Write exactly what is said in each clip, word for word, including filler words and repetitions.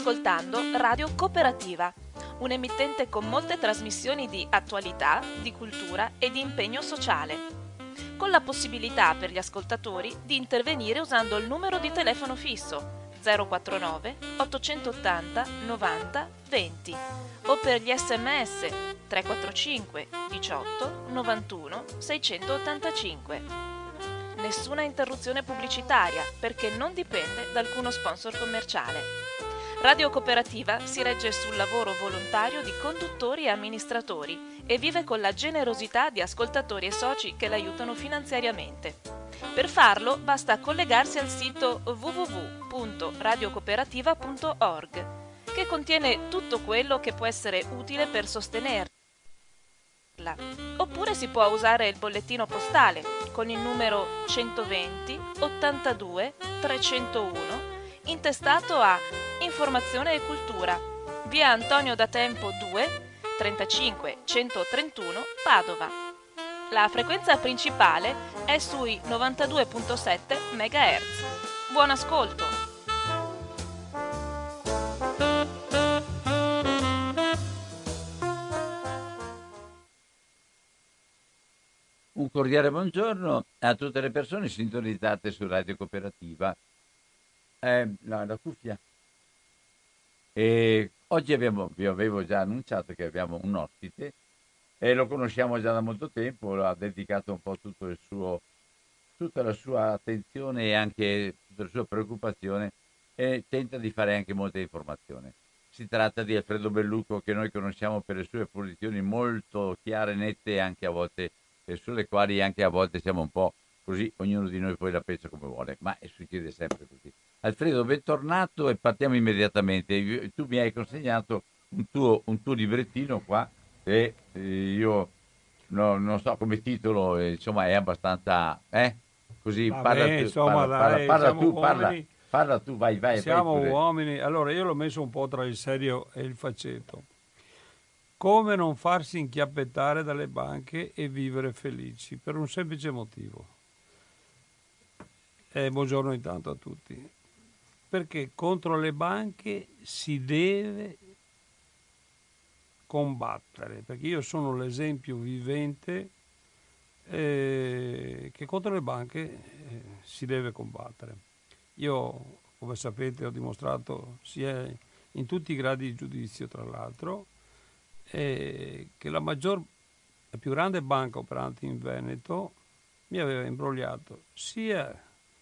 ascoltando Radio Cooperativa, un emittente con molte trasmissioni di attualità, di cultura e di impegno sociale, con la possibilità per gli ascoltatori di intervenire usando il numero di telefono fisso zero quattro nove ottocentottanta novanta venti o per gli sms tre quattro cinque diciotto novantuno seicentottantacinque. Nessuna interruzione pubblicitaria perché non dipende da alcuno sponsor commerciale. Radio Cooperativa si regge sul lavoro volontario di conduttori e amministratori e vive con la generosità di ascoltatori e soci che l'aiutano finanziariamente. Per farlo basta collegarsi al sito w w w punto radiocooperativa punto org, che contiene tutto quello che può essere utile per sostenerla. Oppure si può usare il bollettino postale con il numero centoventi ottantadue trecentouno intestato a Informazione e Cultura, via Antonio da Tempo due, trentacinque centotrentuno Padova. La frequenza principale è sui novantadue virgola sette megahertz. Buon ascolto! Un cordiale buongiorno a tutte le persone sintonizzate su Radio Cooperativa. Eh, no, la cuffia. E oggi abbiamo, vi avevo già annunciato che abbiamo un ospite e lo conosciamo già da molto tempo, ha dedicato un po' tutto il suo, tutta la sua attenzione e anche tutta la sua preoccupazione e tenta di fare anche molta informazione. Si tratta di Alfredo Belluco, che noi conosciamo per le sue posizioni molto chiare, nette e anche a volte sulle quali anche a volte siamo un po' così, ognuno di noi poi la pensa come vuole, ma succede sempre così. Alfredo, bentornato e partiamo immediatamente. Tu mi hai consegnato un tuo, un tuo librettino qua e io no, non so come titolo, insomma è abbastanza, eh? Così Vabbè, parla tu, insomma, parla, dai, parla, parla tu, uomini, parla, parla tu, vai, vai. Siamo vai uomini. Allora, io l'ho messo un po' tra il serio e il faceto. Come non farsi inchiappettare dalle banche e vivere felici, per un semplice motivo. E buongiorno intanto a tutti. Perché contro le banche si deve combattere, perché io sono l'esempio vivente eh, che contro le banche eh, si deve combattere. Io, come sapete, ho dimostrato sia in tutti i gradi di giudizio, tra l'altro, eh, che la maggior, la più grande banca operante in Veneto mi aveva imbrogliato sia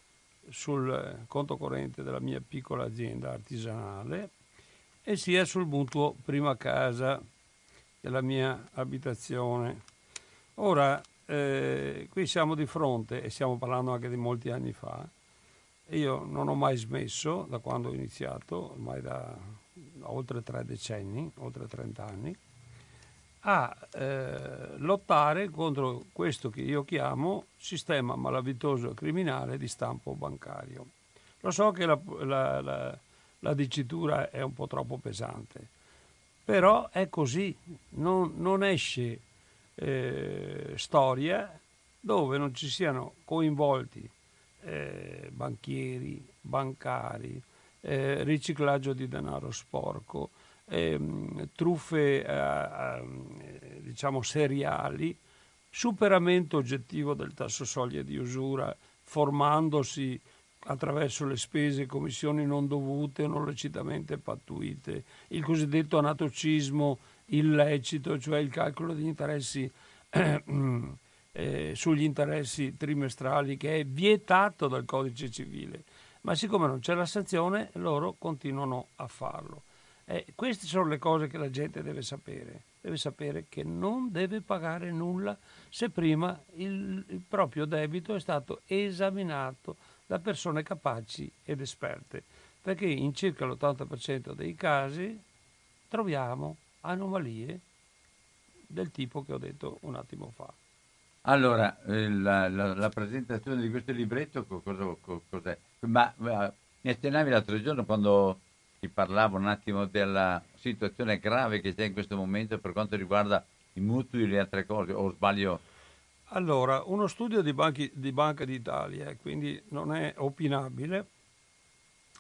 sul conto corrente della mia piccola azienda artigianale e sia sul mutuo prima casa della mia abitazione. Ora, eh, qui siamo di fronte, e stiamo parlando anche di molti anni fa, e io non ho mai smesso da quando ho iniziato, ormai da, da oltre tre decenni, oltre trent'anni, a eh, lottare contro questo che io chiamo sistema malavitoso e criminale di stampo bancario. Lo so che la, la, la, la dicitura è un po' troppo pesante, però è così, non, non esce eh, storia dove non ci siano coinvolti eh, banchieri, bancari, eh, riciclaggio di denaro sporco, Eh, truffe eh, eh, diciamo seriali, superamento oggettivo del tasso soglia di usura, formandosi attraverso le spese e commissioni non dovute o non lecitamente pattuite, il cosiddetto anatocismo illecito, cioè il calcolo di interessi eh, eh, sugli interessi trimestrali, che è vietato dal codice civile, ma siccome non c'è la sanzione loro continuano a farlo. Eh, queste sono le cose che la gente deve sapere. Deve sapere che non deve pagare nulla se prima il, il proprio debito è stato esaminato da persone capaci ed esperte, perché in circa l'ottanta per cento dei casi troviamo anomalie del tipo che ho detto un attimo fa. Allora, eh, la, la, la presentazione di questo libretto co- cosa, co- cos'è? Ma, ma mi accennavi l'altro giorno quando ti parlavo un attimo della situazione grave che c'è in questo momento per quanto riguarda i mutui e le altre cose, o sbaglio? Allora, uno studio di, banchi, di Banca d'Italia, quindi non è opinabile,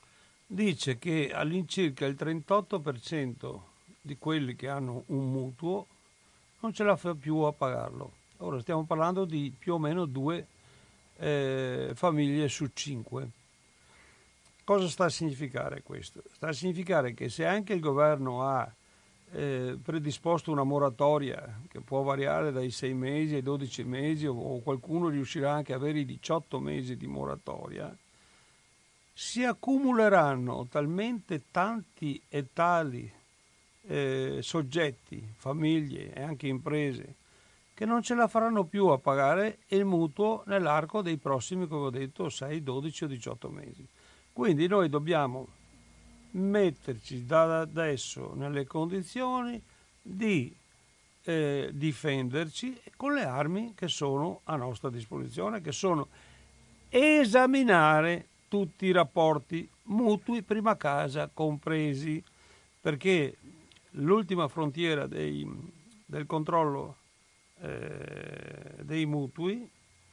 dice che all'incirca il trentotto per cento di quelli che hanno un mutuo non ce la fa più a pagarlo. Ora stiamo parlando di più o meno due eh, famiglie su cinque. Cosa sta a significare questo? Sta a significare che se anche il governo ha eh, predisposto una moratoria che può variare dai sei mesi ai dodici mesi, o, o qualcuno riuscirà anche ad avere i diciotto mesi di moratoria, si accumuleranno talmente tanti e tali eh, soggetti, famiglie e anche imprese, che non ce la faranno più a pagare il mutuo nell'arco dei prossimi, come ho detto, sei, dodici o diciotto mesi. Quindi noi dobbiamo metterci da adesso nelle condizioni di eh, difenderci con le armi che sono a nostra disposizione, che sono esaminare tutti i rapporti mutui, prima casa compresi, perché l'ultima frontiera dei, del controllo eh, dei mutui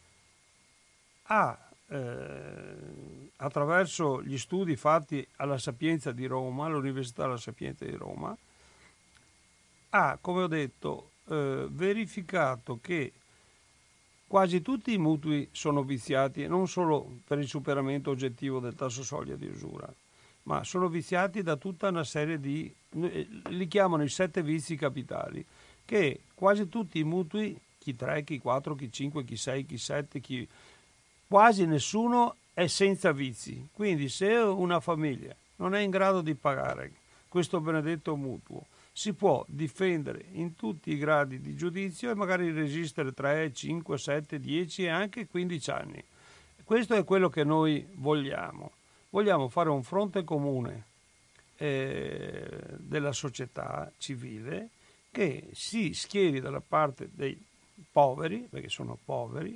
ha eh, attraverso gli studi fatti alla Sapienza di Roma, all'Università La Sapienza di Roma, ha, come ho detto, eh, verificato che quasi tutti i mutui sono viziati, non solo per il superamento oggettivo del tasso soglia di usura, ma sono viziati da tutta una serie di, li chiamano i sette vizi capitali, che quasi tutti i mutui, chi tre, chi quattro, chi cinque, chi sei, chi sette, chi... quasi nessuno è senza vizi. Quindi se una famiglia non è in grado di pagare questo benedetto mutuo, si può difendere in tutti i gradi di giudizio e magari resistere tre, cinque, sette, dieci e anche quindici anni. Questo è quello che noi vogliamo. Vogliamo fare un fronte comune eh, della società civile che si schieri dalla parte dei poveri, perché sono poveri,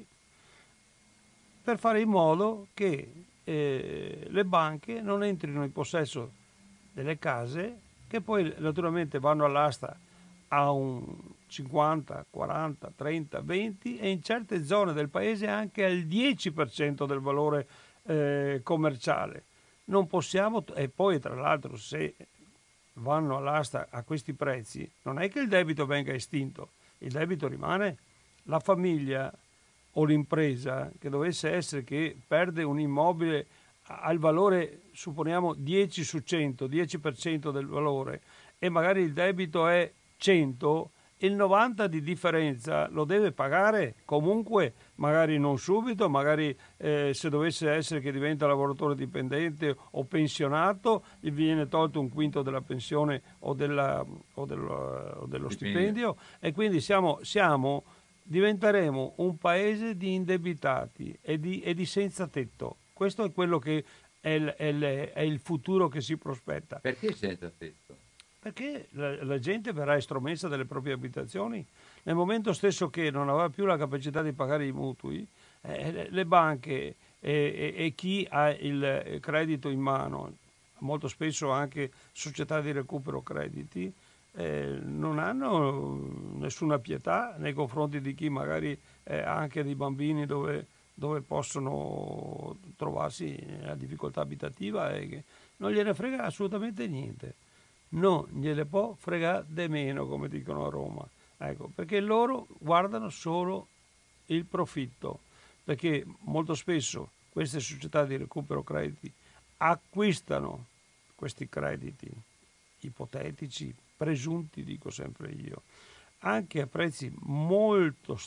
per fare in modo che eh, le banche non entrino in possesso delle case che poi naturalmente vanno all'asta a un cinquanta, quaranta, trenta, venti e in certe zone del paese anche al dieci per cento del valore eh, commerciale. Non possiamo, e poi tra l'altro se vanno all'asta a questi prezzi, non è che il debito venga estinto, il debito rimane. La famiglia o l'impresa che dovesse essere che perde un immobile al valore, supponiamo dieci su cento, dieci per cento del valore, e magari il debito è cento, il novanta di differenza lo deve pagare comunque, magari non subito, magari eh, se dovesse essere che diventa lavoratore dipendente o pensionato, gli viene tolto un quinto della pensione o, della, o, dello, o dello stipendio, e quindi siamo, siamo, diventeremo un paese di indebitati e di, e di senza tetto. Questo è quello che è il, è, il, è il futuro che si prospetta. Perché senza tetto? Perché la, la gente verrà estromessa dalle proprie abitazioni. Nel momento stesso che non aveva più la capacità di pagare i mutui, eh, le, le banche e, e, e chi ha il credito in mano, molto spesso anche società di recupero crediti, eh, non hanno nessuna pietà nei confronti di chi magari eh, ha anche dei bambini dove dove possono trovarsi nella difficoltà abitativa e che non gliene frega assolutamente niente. Non gliene può fregare de meno, come dicono a Roma. Ecco, perché loro guardano solo il profitto, perché molto spesso queste società di recupero crediti acquistano questi crediti ipotetici, presunti, dico sempre io, anche a prezzi molto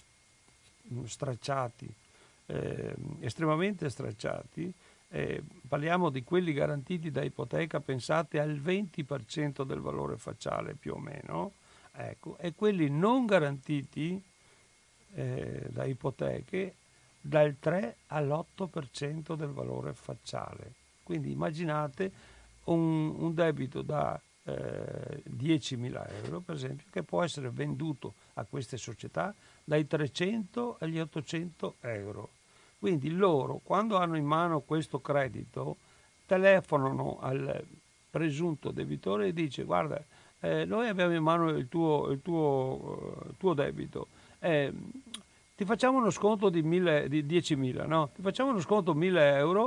stracciati, Eh, estremamente stracciati, eh, parliamo di quelli garantiti da ipoteca, pensate al venti per cento del valore facciale più o meno, ecco, e quelli non garantiti eh, da ipoteche dal tre all'otto per cento del valore facciale. Quindi immaginate un, un debito da eh, diecimila euro, per esempio, che può essere venduto a queste società dai trecento agli ottocento euro. Quindi loro, quando hanno in mano questo credito, telefonano al presunto debitore e dice: guarda, eh, noi abbiamo in mano il tuo, il tuo, uh, tuo debito, eh, ti facciamo uno sconto di, mille, di diecimila, no? Ti facciamo uno sconto mille euro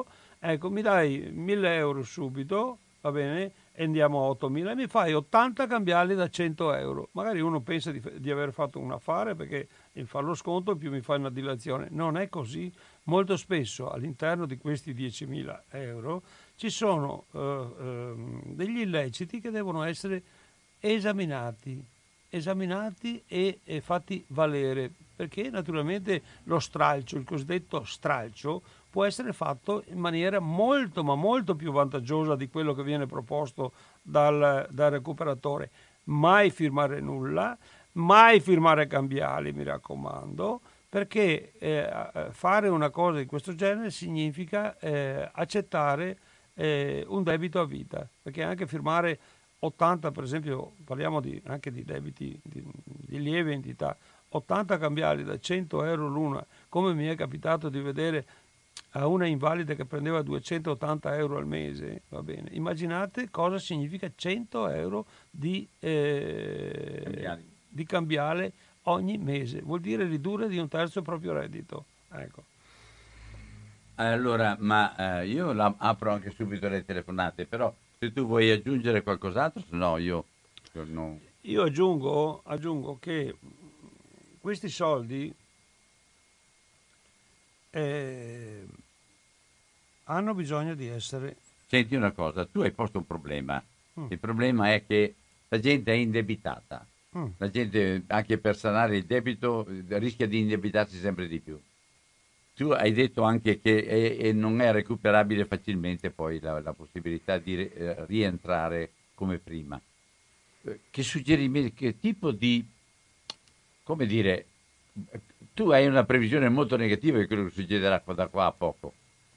Ecco, mi dai mille euro subito, va bene, e andiamo a ottomila, e mi fai ottanta cambiali da cento euro. Magari uno pensa di, di aver fatto un affare perché il fare lo sconto più mi fa una dilazione. Non è così. Molto spesso all'interno di questi diecimila euro ci sono eh, eh, degli illeciti che devono essere esaminati, esaminati e, e fatti valere, perché naturalmente lo stralcio, il cosiddetto stralcio, può essere fatto in maniera molto ma molto più vantaggiosa di quello che viene proposto dal, dal recuperatore. Mai firmare nulla, mai firmare cambiali, mi raccomando, perché eh, fare una cosa di questo genere significa eh, accettare eh, un debito a vita, perché anche firmare ottanta, per esempio, parliamo di, anche di debiti di, di lieve entità, ottanta cambiali da cento euro l'una, come mi è capitato di vedere a una invalida che prendeva duecentottanta euro al mese, va bene. Immaginate cosa significa cento euro di, eh, di cambiale ogni mese, vuol dire ridurre di un terzo il proprio reddito. Ecco. Allora, ma eh, io la apro anche subito le telefonate, però se tu vuoi aggiungere qualcos'altro, se no io, io non... Io aggiungo, aggiungo che questi soldi eh, hanno bisogno di essere... Senti una cosa, tu hai posto un problema. Mm. Il problema è che la gente è indebitata. Mm. La gente, anche per sanare il debito, rischia di indebitarsi sempre di più. Tu hai detto anche che è, è non è recuperabile facilmente poi la, la possibilità di eh, rientrare come prima. Che suggerimenti, che tipo di, come dire, tu hai una previsione molto negativa di quello che succederà da qua a poco.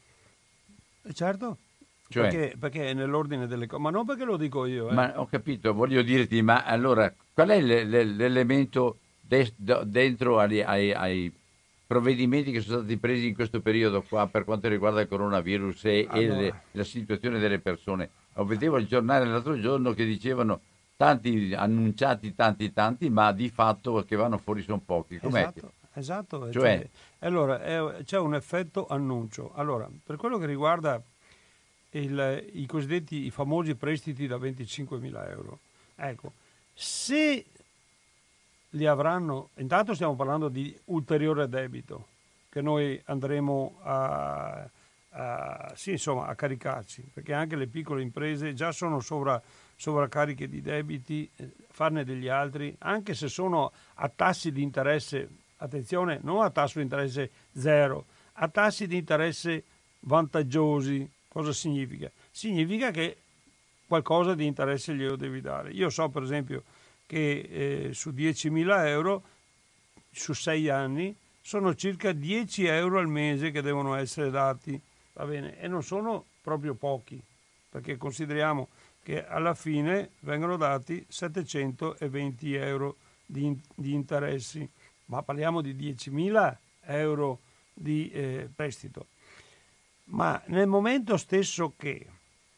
Certo, Cioè, perché, perché è nell'ordine delle cose, ma non perché lo dico io. Eh. Ma ho capito, voglio dirti, ma allora qual è le, le, l'elemento de, de, dentro ai, ai, ai provvedimenti che sono stati presi in questo periodo qua per quanto riguarda il coronavirus e, allora. e le, la situazione delle persone? Ho vedevo il giornale l'altro giorno che dicevano tanti annunciati, tanti tanti, ma di fatto che vanno fuori sono pochi. Com'è? Esatto, esatto. Cioè, cioè, allora è, c'è un effetto annuncio. Allora, per quello che riguarda il, i cosiddetti, i famosi prestiti da venticinquemila euro, ecco, se li avranno, intanto stiamo parlando di ulteriore debito che noi andremo a, a, sì, insomma, a caricarci, perché anche le piccole imprese già sono sovra, sovraccariche di debiti, eh, farne degli altri, anche se sono a tassi di interesse, attenzione, non a tasso di interesse zero, a tassi di interesse vantaggiosi. Cosa significa? Significa che qualcosa di interesse glielo devi dare. Io so per esempio che eh, su diecimila euro su sei anni sono circa dieci euro al mese che devono essere dati, va bene? E non sono proprio pochi, perché consideriamo che alla fine vengono dati settecentoventi euro di, di interessi, ma parliamo di diecimila euro di eh, prestito. Ma nel momento stesso che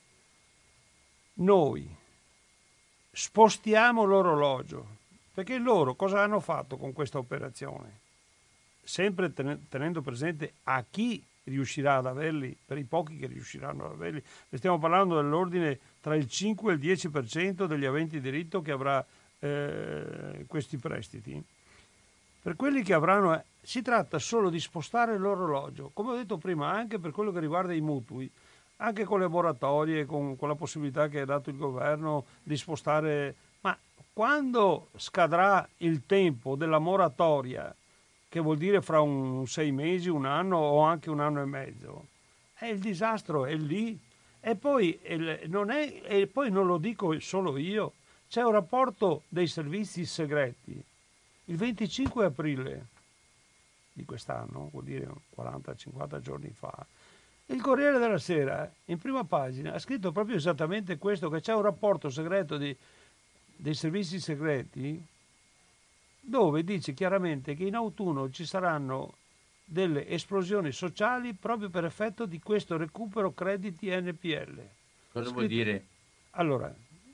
noi spostiamo l'orologio, perché loro cosa hanno fatto con questa operazione? Sempre tenendo presente a chi riuscirà ad averli, per i pochi che riusciranno ad averli, stiamo parlando dell'ordine tra il cinque e il dieci per cento degli aventi diritto che avrà eh, questi prestiti. Per quelli che avranno, si tratta solo di spostare l'orologio, come ho detto prima, anche per quello che riguarda i mutui, anche con le moratorie, con, con la possibilità che ha dato il governo di spostare. Ma quando scadrà il tempo della moratoria, che vuol dire fra un sei mesi, un anno o anche un anno e mezzo, è il disastro, è lì. E poi, non è, e poi non lo dico solo io, c'è un rapporto dei servizi segreti. Il venticinque aprile di quest'anno, vuol dire quaranta cinquanta giorni fa, il Corriere della Sera, in prima pagina, ha scritto proprio esattamente questo, che c'è un rapporto segreto di, dei servizi segreti dove dice chiaramente che in autunno ci saranno delle esplosioni sociali proprio per effetto di questo recupero crediti N P L. Cosa vuol dire? Allora,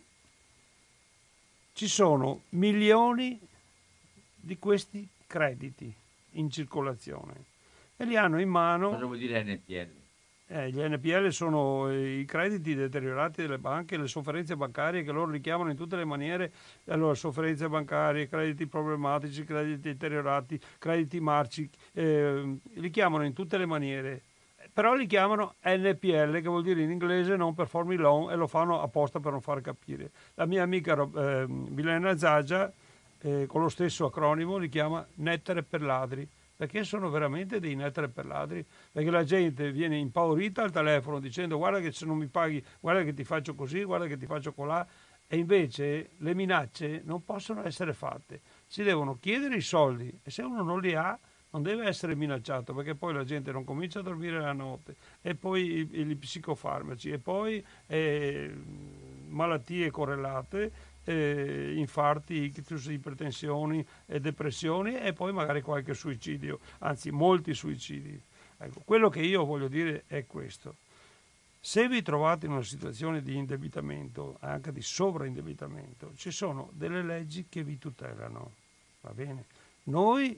ci sono milioni di questi crediti in circolazione e li hanno in mano. Cosa vuol dire N P L? Eh, gli N P L sono i crediti deteriorati delle banche, le sofferenze bancarie che loro richiamano in tutte le maniere. Allora, sofferenze bancarie, crediti problematici, crediti deteriorati, crediti marci, eh, li chiamano in tutte le maniere. Però li chiamano N P L, che vuol dire in inglese non performing loan, e lo fanno apposta per non far capire. La mia amica eh, Milena Zaggia, eh, con lo stesso acronimo, li chiama nettere per ladri, perché sono veramente dei nettere per ladri, perché la gente viene impaurita al telefono dicendo guarda che se non mi paghi, guarda che ti faccio così, guarda che ti faccio colà, e invece le minacce non possono essere fatte, si devono chiedere i soldi e se uno non li ha non deve essere minacciato, perché poi la gente non comincia a dormire la notte, e poi i, i psicofarmaci, e poi eh, malattie correlate, eh, infarti, ictus, ipertensioni, eh, depressioni, e poi magari qualche suicidio, anzi molti suicidi. Ecco, quello che io voglio dire è questo: se vi trovate in una situazione di indebitamento, anche di sovraindebitamento, ci sono delle leggi che vi tutelano, va bene? Noi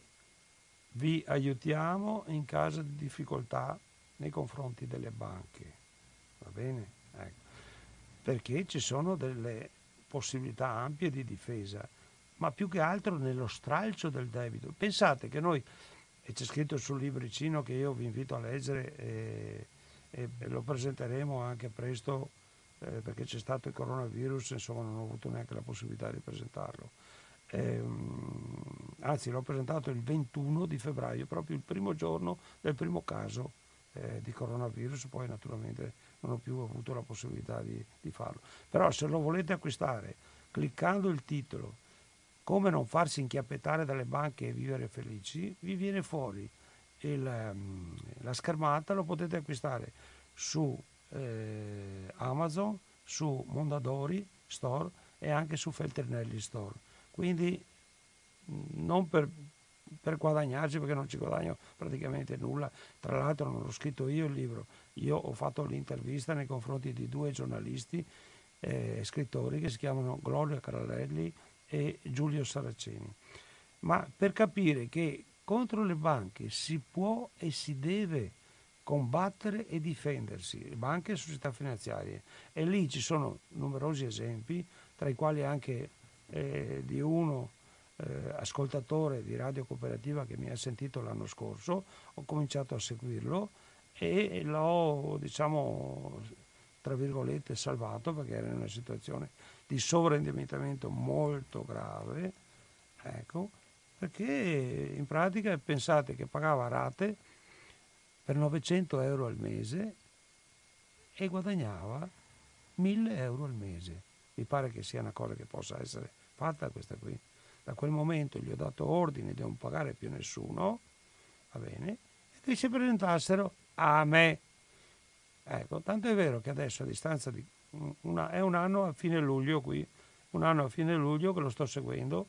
vi aiutiamo in caso di difficoltà nei confronti delle banche, va bene? Ecco. Perché ci sono delle possibilità ampie di difesa, ma più che altro nello stralcio del debito. Pensate che noi, e c'è scritto sul libricino che io vi invito a leggere, e, e lo presenteremo anche presto, eh, perché c'è stato il coronavirus, insomma non ho avuto neanche la possibilità di presentarlo. Eh, anzi l'ho presentato il ventuno di febbraio, proprio il primo giorno del primo caso eh, di coronavirus, poi naturalmente non ho più avuto la possibilità di, di farlo. Però se lo volete acquistare, cliccando il titolo come non farsi inchiappettare dalle banche e vivere felici, vi viene fuori il, la schermata. Lo potete acquistare su eh, Amazon, su Mondadori Store e anche su Feltrinelli Store. Quindi non per, per guadagnarci, perché non ci guadagno praticamente nulla. Tra l'altro non l'ho scritto io il libro, io ho fatto l'intervista nei confronti di due giornalisti, eh, scrittori, che si chiamano Gloria Cararelli e Giulio Saraceni. Ma per capire che contro le banche si può e si deve combattere e difendersi, le banche e società finanziarie, e lì ci sono numerosi esempi, tra i quali anche eh, di uno eh, ascoltatore di Radio Cooperativa che mi ha sentito l'anno scorso. Ho cominciato a seguirlo e l'ho, diciamo, tra virgolette, salvato, perché era in una situazione di sovraindebitamento molto grave, ecco, perché in pratica pensate che pagava rate per novecento euro al mese e guadagnava mille euro al mese. Mi pare che sia una cosa che possa essere fatta questa qui. Da quel momento gli ho dato ordine di non pagare più nessuno, va bene, e che si presentassero a me. Ecco, tanto è vero che adesso, a distanza di una, è un anno a fine luglio qui, un anno a fine luglio che lo sto seguendo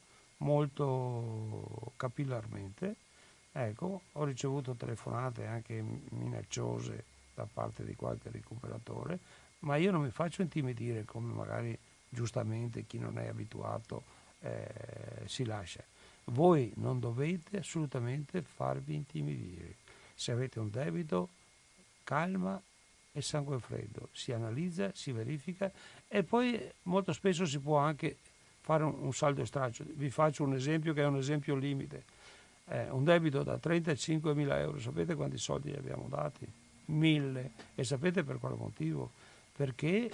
molto capillarmente. Ecco, ho ricevuto telefonate anche minacciose da parte di qualche recuperatore, ma io non mi faccio intimidire come magari giustamente chi non è abituato eh, si lascia. Voi non dovete assolutamente farvi intimidire. Se avete un debito, calma e sangue freddo, si analizza, si verifica, e poi molto spesso si può anche fare un, un saldo e stralcio. Vi faccio un esempio che è un esempio limite. Eh, un debito da trentacinquemila euro, sapete quanti soldi gli abbiamo dati? Mille. E sapete per quale motivo? Perché,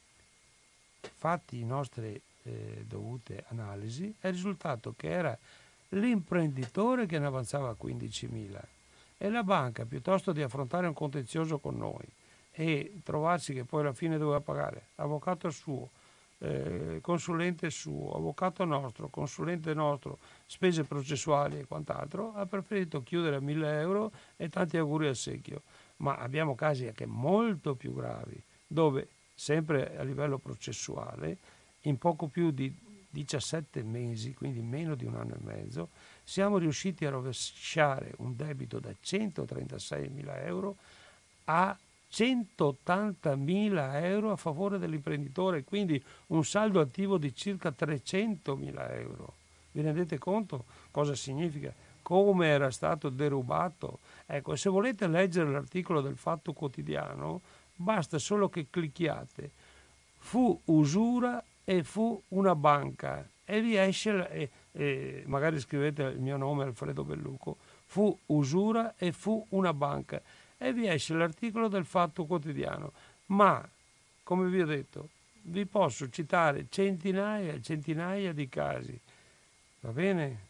fatti i nostri eh, dovute analisi, è risultato che era l'imprenditore che ne avanzava quindicimila, e la banca, piuttosto di affrontare un contenzioso con noi e trovarsi che poi alla fine doveva pagare avvocato suo, eh, consulente suo, avvocato nostro, consulente nostro, spese processuali e quant'altro, ha preferito chiudere a mille euro e tanti auguri al secchio. Ma abbiamo casi anche molto più gravi, dove sempre a livello processuale, in poco più di diciassette mesi, quindi meno di un anno e mezzo, siamo riusciti a rovesciare un debito da centotrentaseimila euro a centottantamila euro a favore dell'imprenditore, quindi un saldo attivo di circa trecentomila euro. Vi rendete conto cosa significa? come era stato derubato. Ecco, se volete leggere l'articolo del Fatto Quotidiano, basta solo che clicchiate fu usura e fu una banca e vi esce, la- e, e magari scrivete il mio nome Alfredo Belluco, fu usura e fu una banca e vi esce l'articolo del Fatto Quotidiano. Ma, come vi ho detto, vi posso citare centinaia e centinaia di casi, va bene?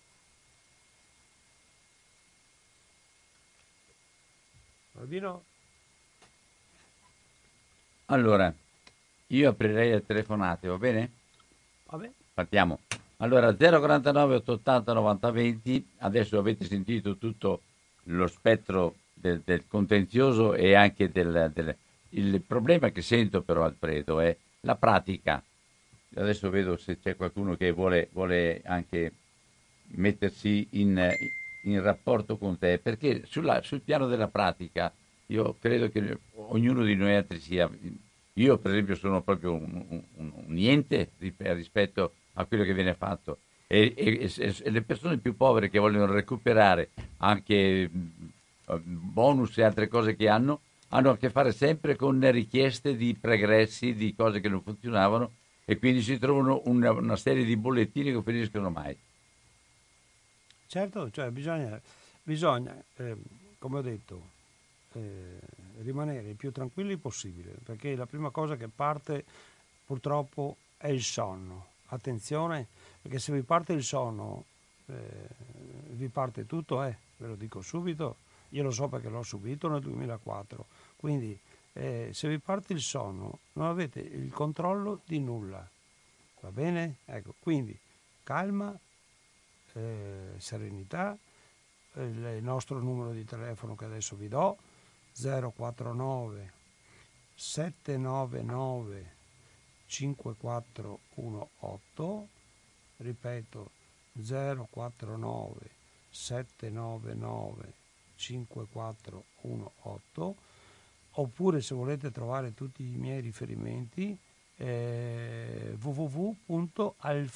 Albino? Allora, io aprirei le telefonate, va bene? Vabbè. Partiamo. Allora, zero quarantanove ottocentottanta novanta venti, adesso avete sentito tutto lo spettro del, del contenzioso e anche del, del- il problema che sento però, Alfredo, è la pratica. Adesso vedo se c'è qualcuno che vuole, vuole anche mettersi in, in rapporto con te, perché sulla- sul piano della pratica io credo che ognuno di noi altri sia, io per esempio sono proprio un, un- un niente ri- rispetto a quello che viene fatto e, e- e- e le persone più povere che vogliono recuperare anche mh, bonus e altre cose che hanno, hanno a che fare sempre con richieste di pregressi, di cose che non funzionavano e quindi si trovano una, una serie di bollettini che non finiscono mai. Certo, cioè bisogna, bisogna eh, come ho detto, eh, rimanere il più tranquilli possibile, perché la prima cosa che parte purtroppo è il sonno. Attenzione, perché se vi parte il sonno, eh, vi parte tutto, eh, ve lo dico subito, io lo so perché l'ho subito nel duemilaquattro, quindi eh, se vi parte il sonno non avete il controllo di nulla, va bene? Ecco, quindi calma, eh, serenità, eh, il nostro numero di telefono che adesso vi do, zero quarantanove settecentonovantanove cinquequattrocentotto, ripeto zero quarantanove settecentonovantanove cinquequattrocentotto, oppure se volete trovare tutti i miei riferimenti eh, w w w punto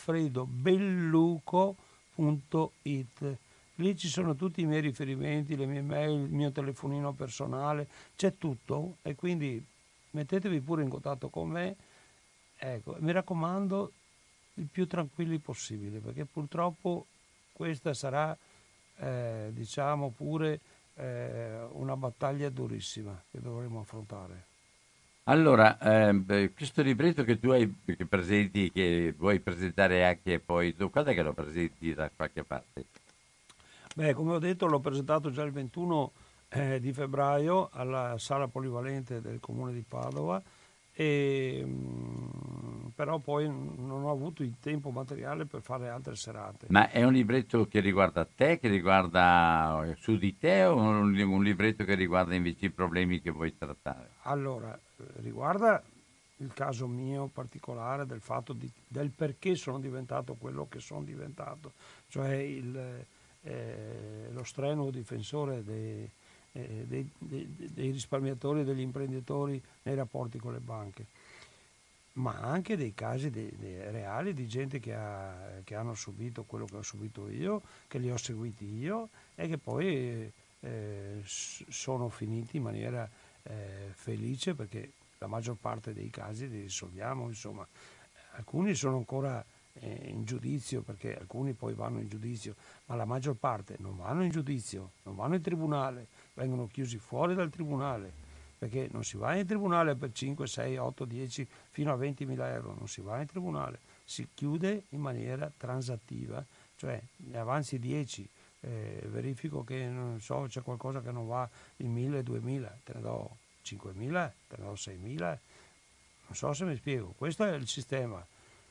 alfredobelluco punto it. Lì ci sono tutti i miei riferimenti, le mie mail, il mio telefonino personale, c'è tutto e quindi mettetevi pure in contatto con me. Ecco, mi raccomando, il più tranquilli possibile, perché purtroppo questa sarà, eh, diciamo pure, eh, una battaglia durissima che dovremo affrontare. Allora, ehm, beh, questo libretto che tu hai, che presenti, che vuoi presentare anche poi, tu, quando è che lo presenti da qualche parte? Beh, come ho detto, l'ho presentato già il ventuno eh, di febbraio alla sala polivalente del comune di Padova, e, mm, però poi non ho avuto il tempo materiale per fare altre serate. Ma è un libretto che riguarda te, che riguarda eh, su di te o un, un libretto che riguarda invece i problemi che vuoi trattare? Allora, eh, riguarda il caso mio particolare del fatto di- del perché sono diventato quello che sono diventato, cioè il, eh, lo strenuo difensore dei, eh, dei- dei- dei risparmiatori e degli imprenditori nei rapporti con le banche, ma anche dei casi dei- dei reali di gente che, ha- che hanno subito quello che ho subito io, che li ho seguiti io e che poi eh, s- sono finiti in maniera eh, felice, perché la maggior parte dei casi li risolviamo, insomma. Alcuni sono ancora eh, in giudizio, perché alcuni poi vanno in giudizio, ma la maggior parte non vanno in giudizio, non vanno in tribunale, vengono chiusi fuori dal tribunale, perché non si va in tribunale per cinque, sei, otto, dieci fino a ventimila euro, non si va in tribunale, si chiude in maniera transattiva, cioè ne avanzi dieci, eh, verifico che non so, c'è qualcosa che non va, il mille, duemila, te ne do cinquemila, te ne do seimila, non so se mi spiego, questo è il sistema,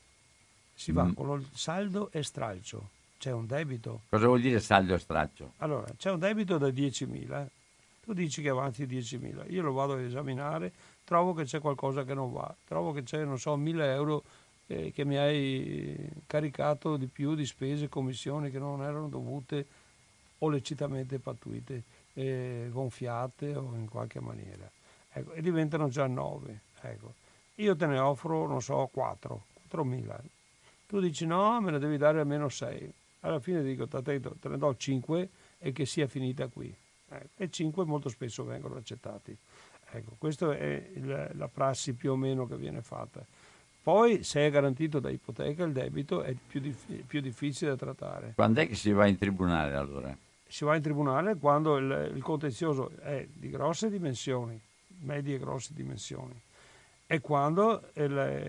si va Mm. con il saldo e stralcio, c'è un debito, Cosa vuol dire saldo e straccio? allora c'è un debito da diecimila, tu dici che avanzi diecimila, io lo vado ad esaminare, trovo che c'è qualcosa che non va, trovo che c'è, non so, mille euro eh, che mi hai caricato di più di spese, commissioni che non erano dovute o lecitamente pattuite, eh, gonfiate o in qualche maniera. Ecco, e diventano già nove. Ecco. Io te ne offro, non so, quattro, quattromila. Tu dici no, me ne devi dare almeno sei. alla fine dico te ne do cinque e che sia finita qui. Eh, e cinque molto spesso vengono accettati. Ecco, questa è il, la prassi più o meno che viene fatta. Poi se è garantito da ipoteca il debito è più, dif- più difficile da trattare. Quando è che si va in tribunale allora? Si va in tribunale quando il, il contenzioso è di grosse dimensioni, medie e grosse dimensioni, e quando il,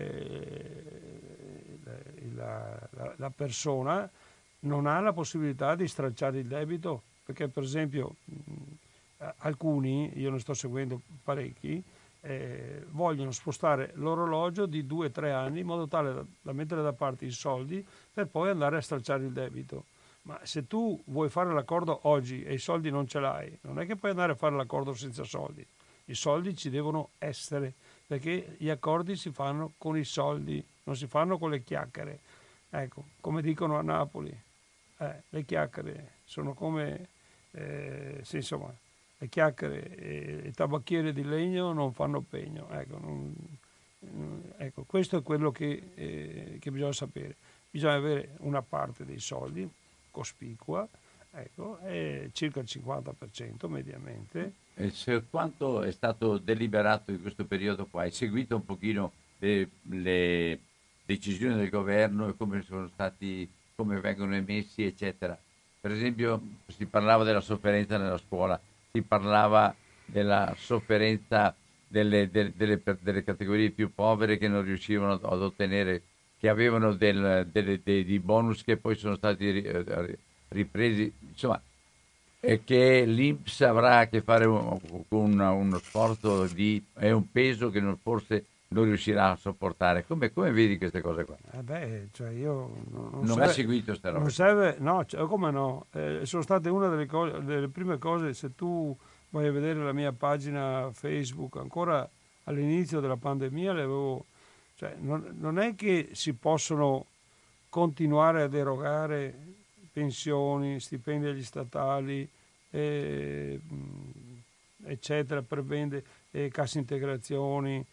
il, la, la, la persona non ha la possibilità di stralciare il debito, perché per esempio mh, alcuni, io ne sto seguendo parecchi, eh, vogliono spostare l'orologio di due o tre anni in modo tale da, da mettere da parte i soldi per poi andare a stralciare il debito. Ma se tu vuoi fare l'accordo oggi e i soldi non ce l'hai, non è che puoi andare a fare l'accordo senza soldi. I soldi ci devono essere, perché gli accordi si fanno con i soldi, non si fanno con le chiacchiere. Ecco, come dicono a Napoli, eh, le chiacchiere sono come, eh, sì, insomma, le chiacchiere e i tabacchiere di legno non fanno pegno. Ecco, non, ecco questo è quello che, eh, che bisogna sapere. Bisogna avere una parte dei soldi cospicua, ecco, è circa il cinquanta per cento mediamente. E se quanto è stato deliberato in questo periodo qua? Hai seguito un pochino le, le decisioni del governo e come sono stati, come vengono emessi, eccetera? Per esempio si parlava della sofferenza nella scuola, si parlava della sofferenza delle, delle, delle, delle categorie più povere che non riuscivano ad ottenere, che avevano del, delle, dei, dei bonus che poi sono stati ripresi, insomma, e che l'I N P S avrà a che fare con uno sforzo di, è un peso che non, forse non riuscirà a sopportare. Come, come vedi queste cose qua? Eh beh, cioè io non, non, Non serve, hai seguito queste robe? Non serve, no, cioè, come no? Eh, sono state una delle, cose, delle prime cose, se tu vai a vedere la mia pagina Facebook, ancora all'inizio della pandemia le avevo, cioè, non, non è che si possono continuare ad erogare pensioni, stipendi agli statali, eh, eccetera, prebende, eh, cassa integrazioni,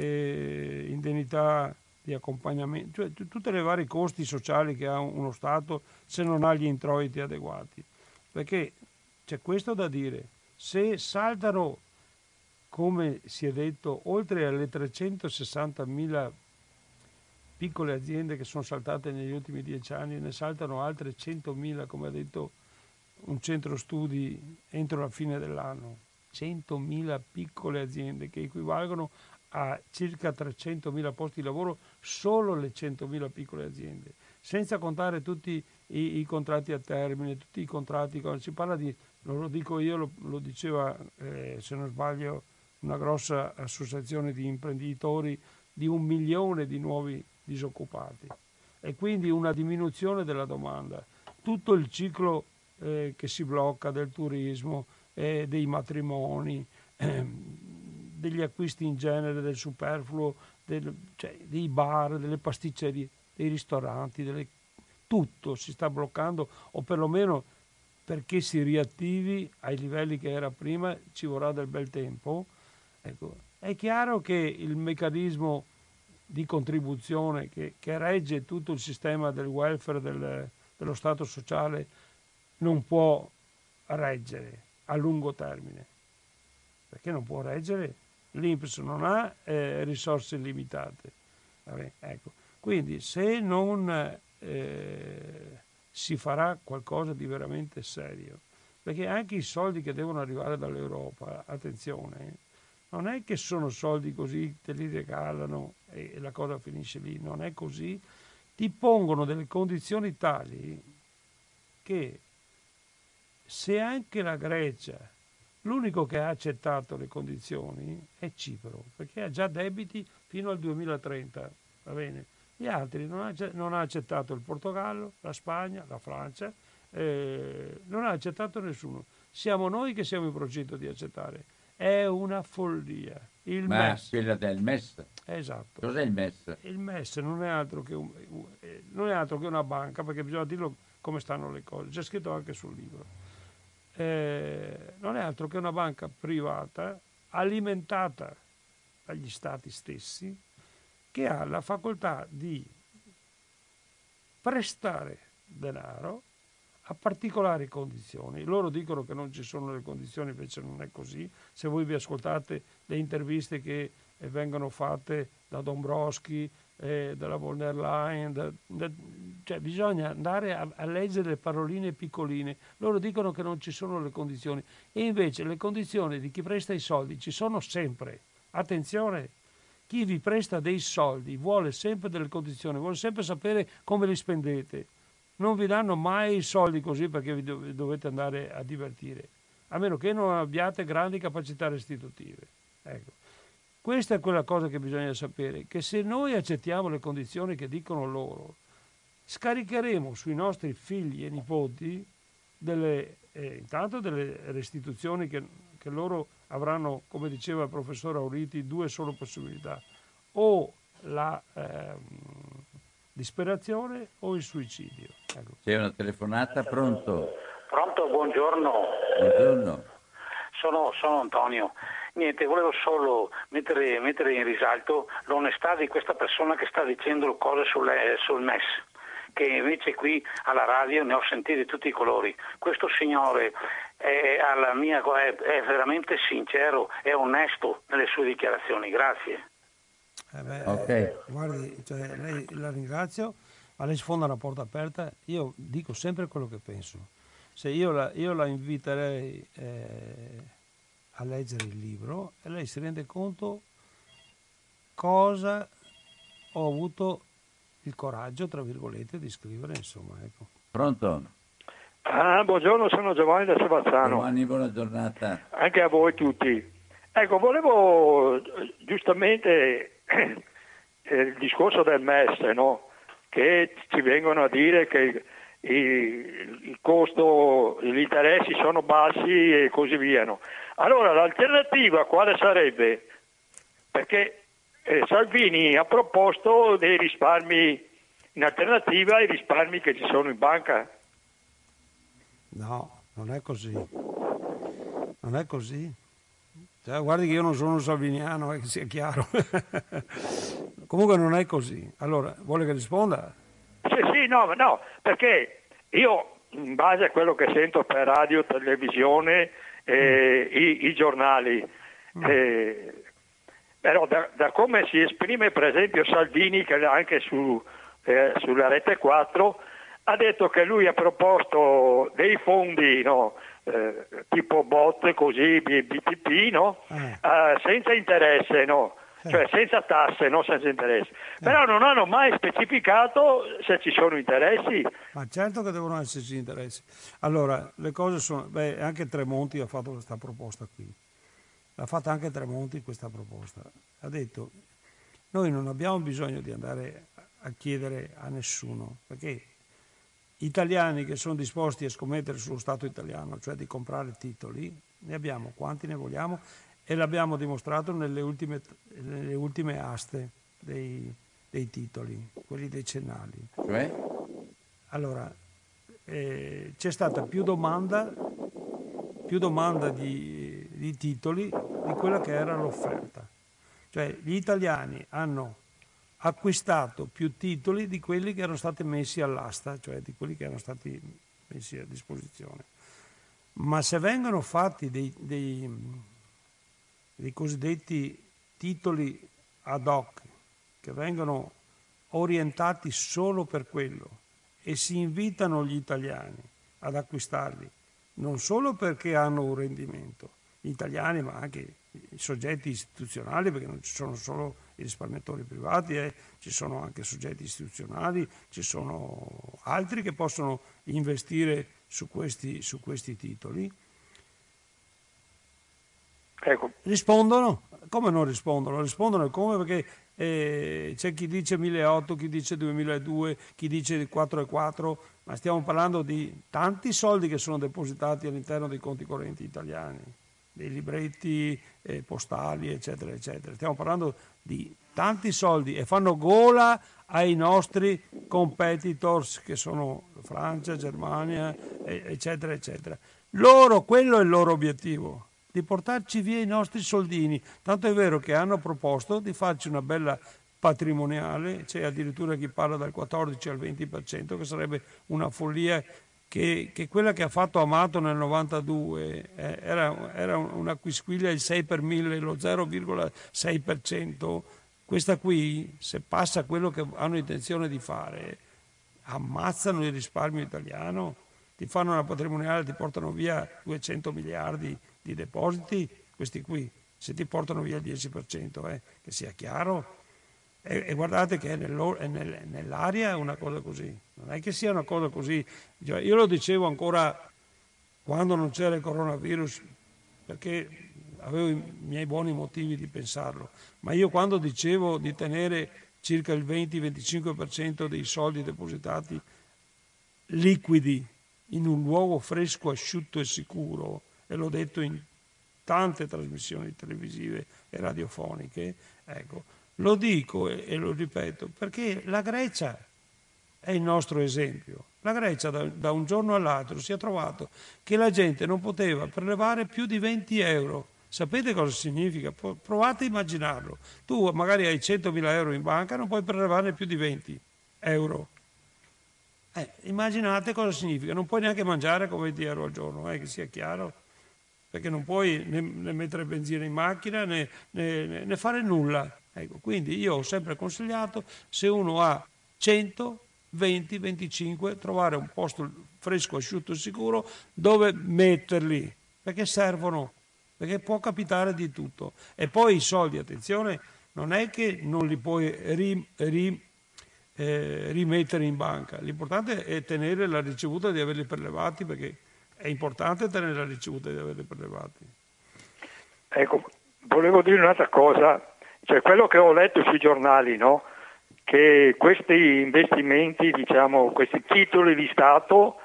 eh, indennità di accompagnamento, cioè t- tutte le varie costi sociali che ha uno Stato se non ha gli introiti adeguati. Perché c'è questo da dire, se saltano, come si è detto, oltre alle trecentosessantamila piccole aziende che sono saltate negli ultimi dieci anni, ne saltano altre centomila, come ha detto un centro studi, entro la fine dell'anno. centomila piccole aziende che equivalgono a circa trecentomila posti di lavoro, solo le centomila piccole aziende, senza contare tutti i, i contratti a termine, tutti i contratti, quando si parla di, non lo dico io, lo, lo diceva eh, se non sbaglio una grossa associazione di imprenditori, di un milione di nuovi disoccupati e quindi una diminuzione della domanda, tutto il ciclo eh, che si blocca del turismo, eh, dei matrimoni, eh, degli acquisti in genere, del superfluo, del, cioè, dei bar, delle pasticcerie, dei ristoranti, delle, tutto si sta bloccando, o perlomeno perché si riattivi ai livelli che era prima ci vorrà del bel tempo. Ecco, è chiaro che il meccanismo di contribuzione che, che regge tutto il sistema del welfare, del, dello Stato sociale, non può reggere a lungo termine, perché non può reggere, l'I N P S non ha eh, risorse illimitate. Vabbè, ecco. Quindi se non eh, si farà qualcosa di veramente serio, perché anche i soldi che devono arrivare dall'Europa, attenzione, non è che sono soldi così, te li regalano e la cosa finisce lì, non è così, ti pongono delle condizioni tali che se anche la Grecia, l'unico che ha accettato le condizioni è Cipro, perché ha già debiti fino al duemilatrenta, va bene? Gli altri non ha, non ha accettato il Portogallo, la Spagna, la Francia, eh, non ha accettato nessuno. Siamo noi che siamo in procinto di accettare. È una follia. Il Ma M E S. quella del M E S? Esatto. Cos'è il M E S? Il M E S non è altro che, un, non è altro che una banca, perché bisogna dirlo come stanno le cose, c'è scritto anche sul libro. Eh, non è altro che una banca privata alimentata dagli stati stessi che ha la facoltà di prestare denaro a particolari condizioni. Loro dicono che non ci sono le condizioni, invece non è così. Se voi vi ascoltate le interviste che eh, vengono fatte da Dombrowski, eh, dalla von der Leyen, da, da, cioè bisogna andare a, a leggere le paroline piccoline. Loro dicono che non ci sono le condizioni e invece le condizioni di chi presta i soldi ci sono sempre. Attenzione, chi vi presta dei soldi vuole sempre delle condizioni, vuole sempre sapere come li spendete. Non vi danno mai i soldi così perché vi dovete andare a divertire, a meno che non abbiate grandi capacità restitutive. Ecco. Questa è quella cosa che bisogna sapere, che se noi accettiamo le condizioni che dicono loro, scaricheremo sui nostri figli e nipoti delle, eh, intanto delle restituzioni che, che loro avranno, come diceva il professor Auriti, due solo possibilità, o la eh, disperazione o il suicidio. Ecco. C'è una telefonata, pronto? Pronto, buongiorno. Buongiorno. Sono, sono Antonio. Niente, volevo solo mettere, mettere in risalto l'onestà di questa persona che sta dicendo cose sul, sul M E S, che invece qui alla radio ne ho sentiti di tutti i colori. Questo signore è, alla mia, è, è veramente sincero, è onesto nelle sue dichiarazioni. Grazie. Eh beh, okay. Guardi, cioè, lei la ringrazio, ma lei sfonda una porta aperta. Io dico sempre quello che penso. Se io la, io la inviterei eh, a leggere il libro e lei si rende conto cosa ho avuto il coraggio, tra virgolette, di scrivere, insomma, ecco. Pronto? Ah, buongiorno, sono Giovanni da Savazzano. Giovanni, buona giornata. Anche a voi tutti. Ecco, volevo giustamente eh, il discorso del M E S, no? Che ci vengono a dire che il, il costo, gli interessi sono bassi e così via. No? Allora, l'alternativa quale sarebbe? Perché eh, Salvini ha proposto dei risparmi in alternativa ai risparmi che ci sono in banca. No, non è così. Non è così. Cioè, guardi che io non sono un salviniano, eh, che sia chiaro. Comunque non è così. Allora, vuole che risponda? Sì, sì, no, no, perché io, in base a quello che sento per radio, televisione, eh, mm. i, i giornali, mm. eh, però da, da come si esprime per esempio Salvini, che anche su, eh, sulla Rete quattro, ha detto che lui ha proposto dei fondi, no, eh, tipo bot, così, B T P, no? eh. eh, senza interesse, no? Eh. Cioè senza tasse, non senza interesse. Eh. Però non hanno mai specificato se ci sono interessi. Ma certo che devono esserci interessi. Allora, le cose sono... Beh, anche Tremonti ha fatto questa proposta qui. L'ha fatta anche Tremonti questa proposta. Ha detto, noi non abbiamo bisogno di andare a chiedere a nessuno, perché italiani che sono disposti a scommettere sullo Stato italiano, cioè di comprare titoli, ne abbiamo quanti ne vogliamo e l'abbiamo dimostrato nelle ultime, nelle ultime aste dei, dei titoli, quelli decennali. Cioè? Allora, eh, c'è stata più domanda, più domanda di, di titoli di quella che era l'offerta. Cioè gli italiani hanno acquistato più titoli di quelli che erano stati messi all'asta, cioè di quelli che erano stati messi a disposizione. Ma se vengono fatti dei, dei, dei cosiddetti titoli ad hoc, che vengono orientati solo per quello e si invitano gli italiani ad acquistarli, non solo perché hanno un rendimento, gli italiani ma anche i soggetti istituzionali, perché non ci sono solo i risparmiatori privati, eh, ci sono anche soggetti istituzionali, ci sono altri che possono investire su questi, su questi titoli. Ecco. Rispondono? Come non rispondono? Rispondono come, perché eh, c'è chi dice milleottocento, chi dice duemiladue, chi dice quattro virgola quattro, ma stiamo parlando di tanti soldi che sono depositati all'interno dei conti correnti italiani, dei libretti eh, postali, eccetera, eccetera. Stiamo parlando di tanti soldi e fanno gola ai nostri competitors, che sono Francia, Germania, eccetera, eccetera. Loro, quello è il loro obiettivo, di portarci via i nostri soldini. Tanto è vero che hanno proposto di farci una bella patrimoniale, c'è addirittura chi parla dal quattordici al venti per cento, che sarebbe una follia che, che quella che ha fatto Amato nel novantadue eh, era, era una quisquiglia il sei per mille, lo zero virgola sei per cento. Questa qui, se passa quello che hanno intenzione di fare, ammazzano il risparmio italiano, ti fanno una patrimoniale, ti portano via duecento miliardi di depositi, questi qui, se ti portano via il dieci per cento, eh, che sia chiaro. E, e guardate che è, è nel, nell'aria è una cosa così, non è che sia una cosa così. Io lo dicevo ancora quando non c'era il coronavirus, perché avevo i miei buoni motivi di pensarlo, ma io quando dicevo di tenere circa il venti venticinque per cento dei soldi depositati liquidi in un luogo fresco, asciutto e sicuro, e l'ho detto in tante trasmissioni televisive e radiofoniche, ecco, lo dico e, e lo ripeto perché la Grecia è il nostro esempio. La Grecia da, da un giorno all'altro si è trovato che la gente non poteva prelevare più di venti euro. Sapete cosa significa? Provate a immaginarlo. Tu magari hai centomila euro in banca, non puoi prelevarne più di venti euro. Eh, immaginate cosa significa. Non puoi neanche mangiare con venti euro al giorno, eh, che sia chiaro, perché non puoi né, né mettere benzina in macchina né, né, né fare nulla. Ecco, quindi io ho sempre consigliato, se uno ha cento, venti, venticinque, trovare un posto fresco, asciutto e sicuro dove metterli, perché servono, perché può capitare di tutto. E poi i soldi, attenzione, non è che non li puoi ri, ri, eh, rimettere in banca, l'importante è tenere la ricevuta di averli prelevati, perché è importante tenere la ricevuta di averli prelevati. Ecco, volevo dire un'altra cosa, cioè quello che ho letto sui giornali, no? Che questi investimenti, diciamo, questi titoli di Stato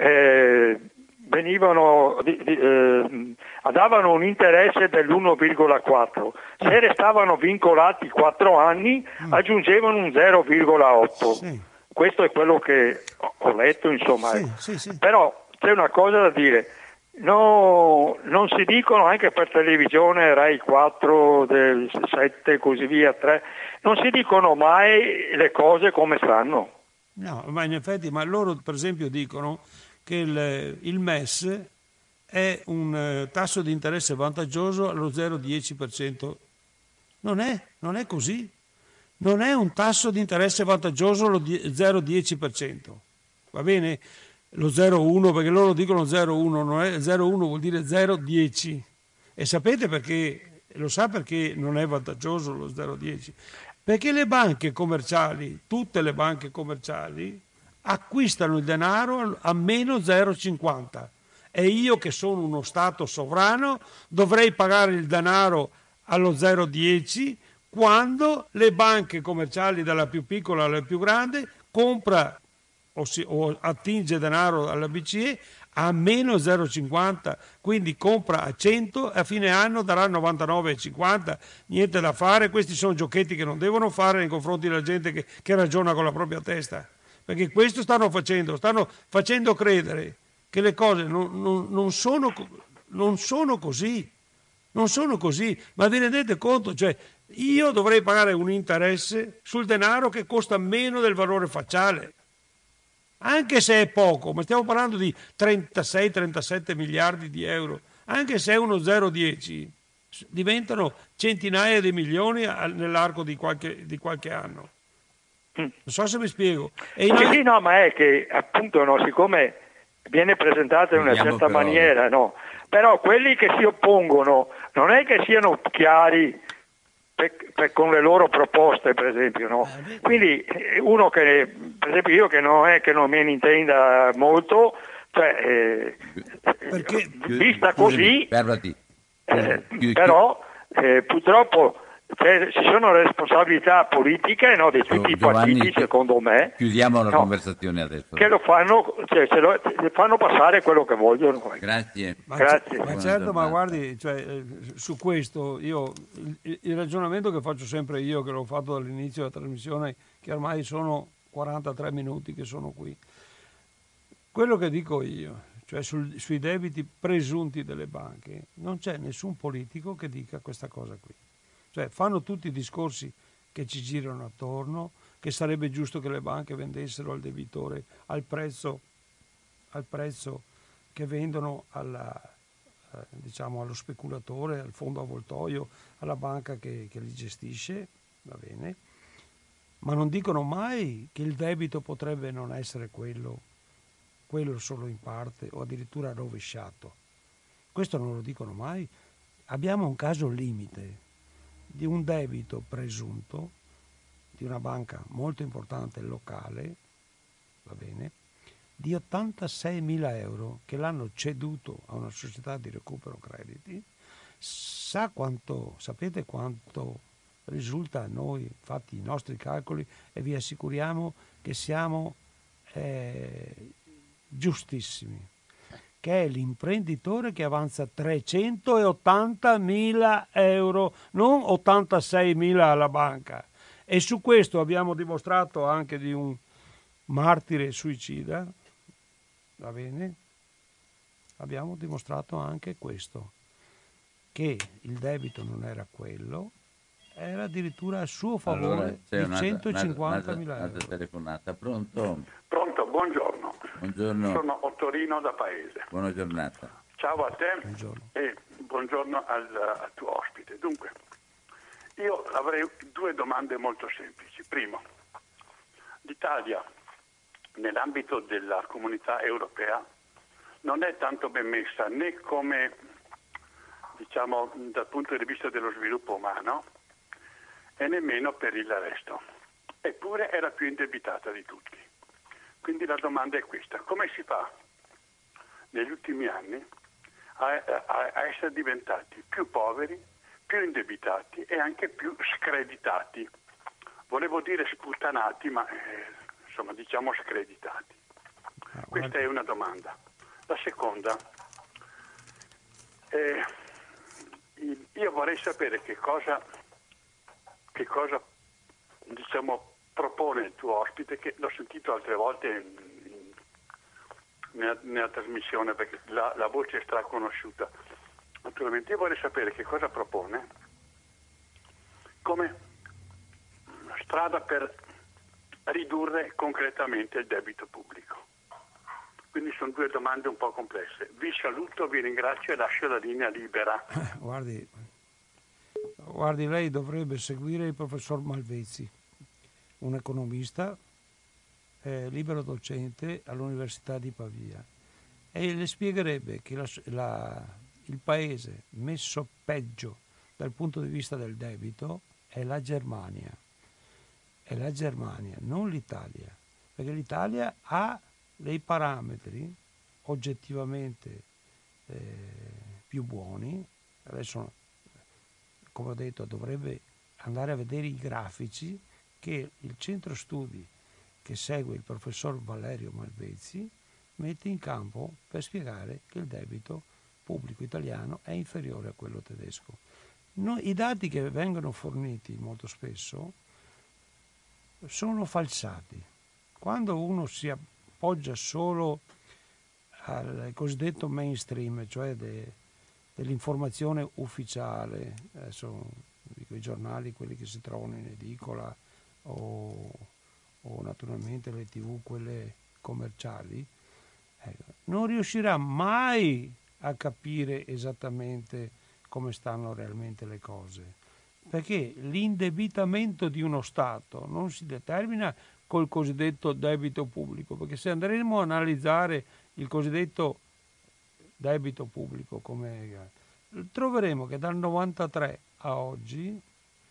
eh, venivano, di, di, eh, davano un interesse dell'uno virgola quattro, se restavano vincolati quattro anni aggiungevano un zero virgola otto. Sì. Questo è quello che ho letto, insomma. Sì, sì, sì. Però c'è una cosa da dire. No, non si dicono anche per televisione, Rai quattro, del sette e così via, tre, non si dicono mai le cose come stanno. No, ma in effetti, ma loro per esempio dicono che il, il M E S è un eh, tasso di interesse vantaggioso allo zero virgola dieci per cento. Non è, non è così. Non è un tasso di interesse vantaggioso allo zero virgola dieci per cento. Va bene? Lo zero virgola uno, perché loro dicono zero virgola uno, non è zero virgola uno, vuol dire zero virgola dieci. E sapete perché? Lo sa perché non è vantaggioso lo zero virgola dieci? Perché le banche commerciali, tutte le banche commerciali, acquistano il denaro a meno zero virgola cinquanta. E io che sono uno Stato sovrano dovrei pagare il denaro allo zero virgola dieci quando le banche commerciali, dalla più piccola alla più grande, compra O, si, o attinge denaro alla B C E a meno zero virgola cinquanta, quindi compra a cento e a fine anno darà novantanove virgola cinquanta. Niente da fare, questi sono giochetti che non devono fare nei confronti della gente che, che ragiona con la propria testa, perché questo stanno facendo, stanno facendo credere che le cose non, non, non, sono, non sono così, non sono così, ma vi rendete conto? Cioè, io dovrei pagare un interesse sul denaro che costa meno del valore facciale, anche se è poco, ma stiamo parlando di trentasei trentasette miliardi di euro, anche se è uno zero virgola dieci, diventano centinaia di milioni nell'arco di qualche, di qualche anno. Non so se mi spiego. E sì, noi... sì, no, ma è che appunto, no, siccome viene presentata in una Vediamo certa però... maniera, no, però quelli che si oppongono non è che siano chiari Per, per, con le loro proposte, per esempio, no? Quindi uno che, per esempio, io che non è che non me ne intenda molto, cioè, eh, Perché? vista così, Fermati. eh, però eh, purtroppo cioè, ci sono responsabilità politiche, no, di tutti Giovanni, i partiti, secondo me. Chiudiamo la no, conversazione adesso. Che lo fanno, cioè, se lo, fanno passare quello che vogliono. Grazie. Ma, Grazie. ma certo, ma guardi, cioè, eh, su questo io il, il ragionamento che faccio sempre io, che l'ho fatto dall'inizio della trasmissione, che ormai sono quarantatré minuti che sono qui, quello che dico io, cioè sul, sui debiti presunti delle banche, non c'è nessun politico che dica questa cosa qui. Cioè, fanno tutti i discorsi che ci girano attorno, che sarebbe giusto che le banche vendessero al debitore al prezzo al prezzo che vendono alla, eh, diciamo allo speculatore, al fondo avvoltoio, alla banca che, che li gestisce, va bene, ma non dicono mai che il debito potrebbe non essere quello, quello solo in parte o addirittura rovesciato. Questo non lo dicono mai. Abbiamo un caso limite di un debito presunto di una banca molto importante locale, va bene, di ottantaseimila euro che l'hanno ceduto a una società di recupero crediti. Sa quanto, sapete quanto risulta a noi, fatti i nostri calcoli, e vi assicuriamo che siamo eh, giustissimi, che è l'imprenditore che avanza trecentottantamila euro, non ottantaseimila alla banca. E su questo abbiamo dimostrato anche di un martire suicida, va bene? Abbiamo dimostrato anche questo, che il debito non era quello, era addirittura a suo favore, allora, di centocinquantamila euro. Telefonata. Pronto? Pronto, buongiorno. Buongiorno. Sono Ottorino da Paese. Buona giornata. Ciao a te. Buongiorno. E buongiorno al, al tuo ospite. Dunque, io avrei due domande molto semplici. Primo, l'Italia nell'ambito della comunità europea non è tanto ben messa né come, diciamo, dal punto di vista dello sviluppo umano e nemmeno per il resto. Eppure era più indebitata di tutti. Quindi la domanda è questa: come si fa negli ultimi anni a, a, a essere diventati più poveri, più indebitati e anche più screditati? Volevo dire sputtanati, ma eh, insomma diciamo screditati. Questa è una domanda. La seconda, eh, io vorrei sapere che cosa, che cosa diciamo propone il tuo ospite, che l'ho sentito altre volte nella, nella trasmissione, perché la, la voce è straconosciuta. Naturalmente io vorrei sapere che cosa propone come strada per ridurre concretamente il debito pubblico. Quindi sono due domande un po' complesse. Vi saluto, vi ringrazio e lascio la linea libera. Guardi, guardi, lei dovrebbe seguire il professor Malvezzi, un economista eh, libero docente all'Università di Pavia, e le spiegherebbe che la, la, il paese messo peggio dal punto di vista del debito è la Germania. È la Germania, non l'Italia, perché l'Italia ha dei parametri oggettivamente eh, più buoni. Adesso, come ho detto, dovrebbe andare a vedere i grafici che il centro studi che segue il professor Valerio Malvezzi mette in campo per spiegare che il debito pubblico italiano è inferiore a quello tedesco. No, i dati che vengono forniti molto spesso sono falsati. Quando uno si appoggia solo al cosiddetto mainstream, cioè de, dell'informazione ufficiale, adesso dico i giornali, quelli che si trovano in edicola, o, o naturalmente le tivù, quelle commerciali, ecco, non riuscirà mai a capire esattamente come stanno realmente le cose, perché l'indebitamento di uno Stato non si determina col cosiddetto debito pubblico, perché se andremo a analizzare il cosiddetto debito pubblico, come troveremo che dal novantatré a oggi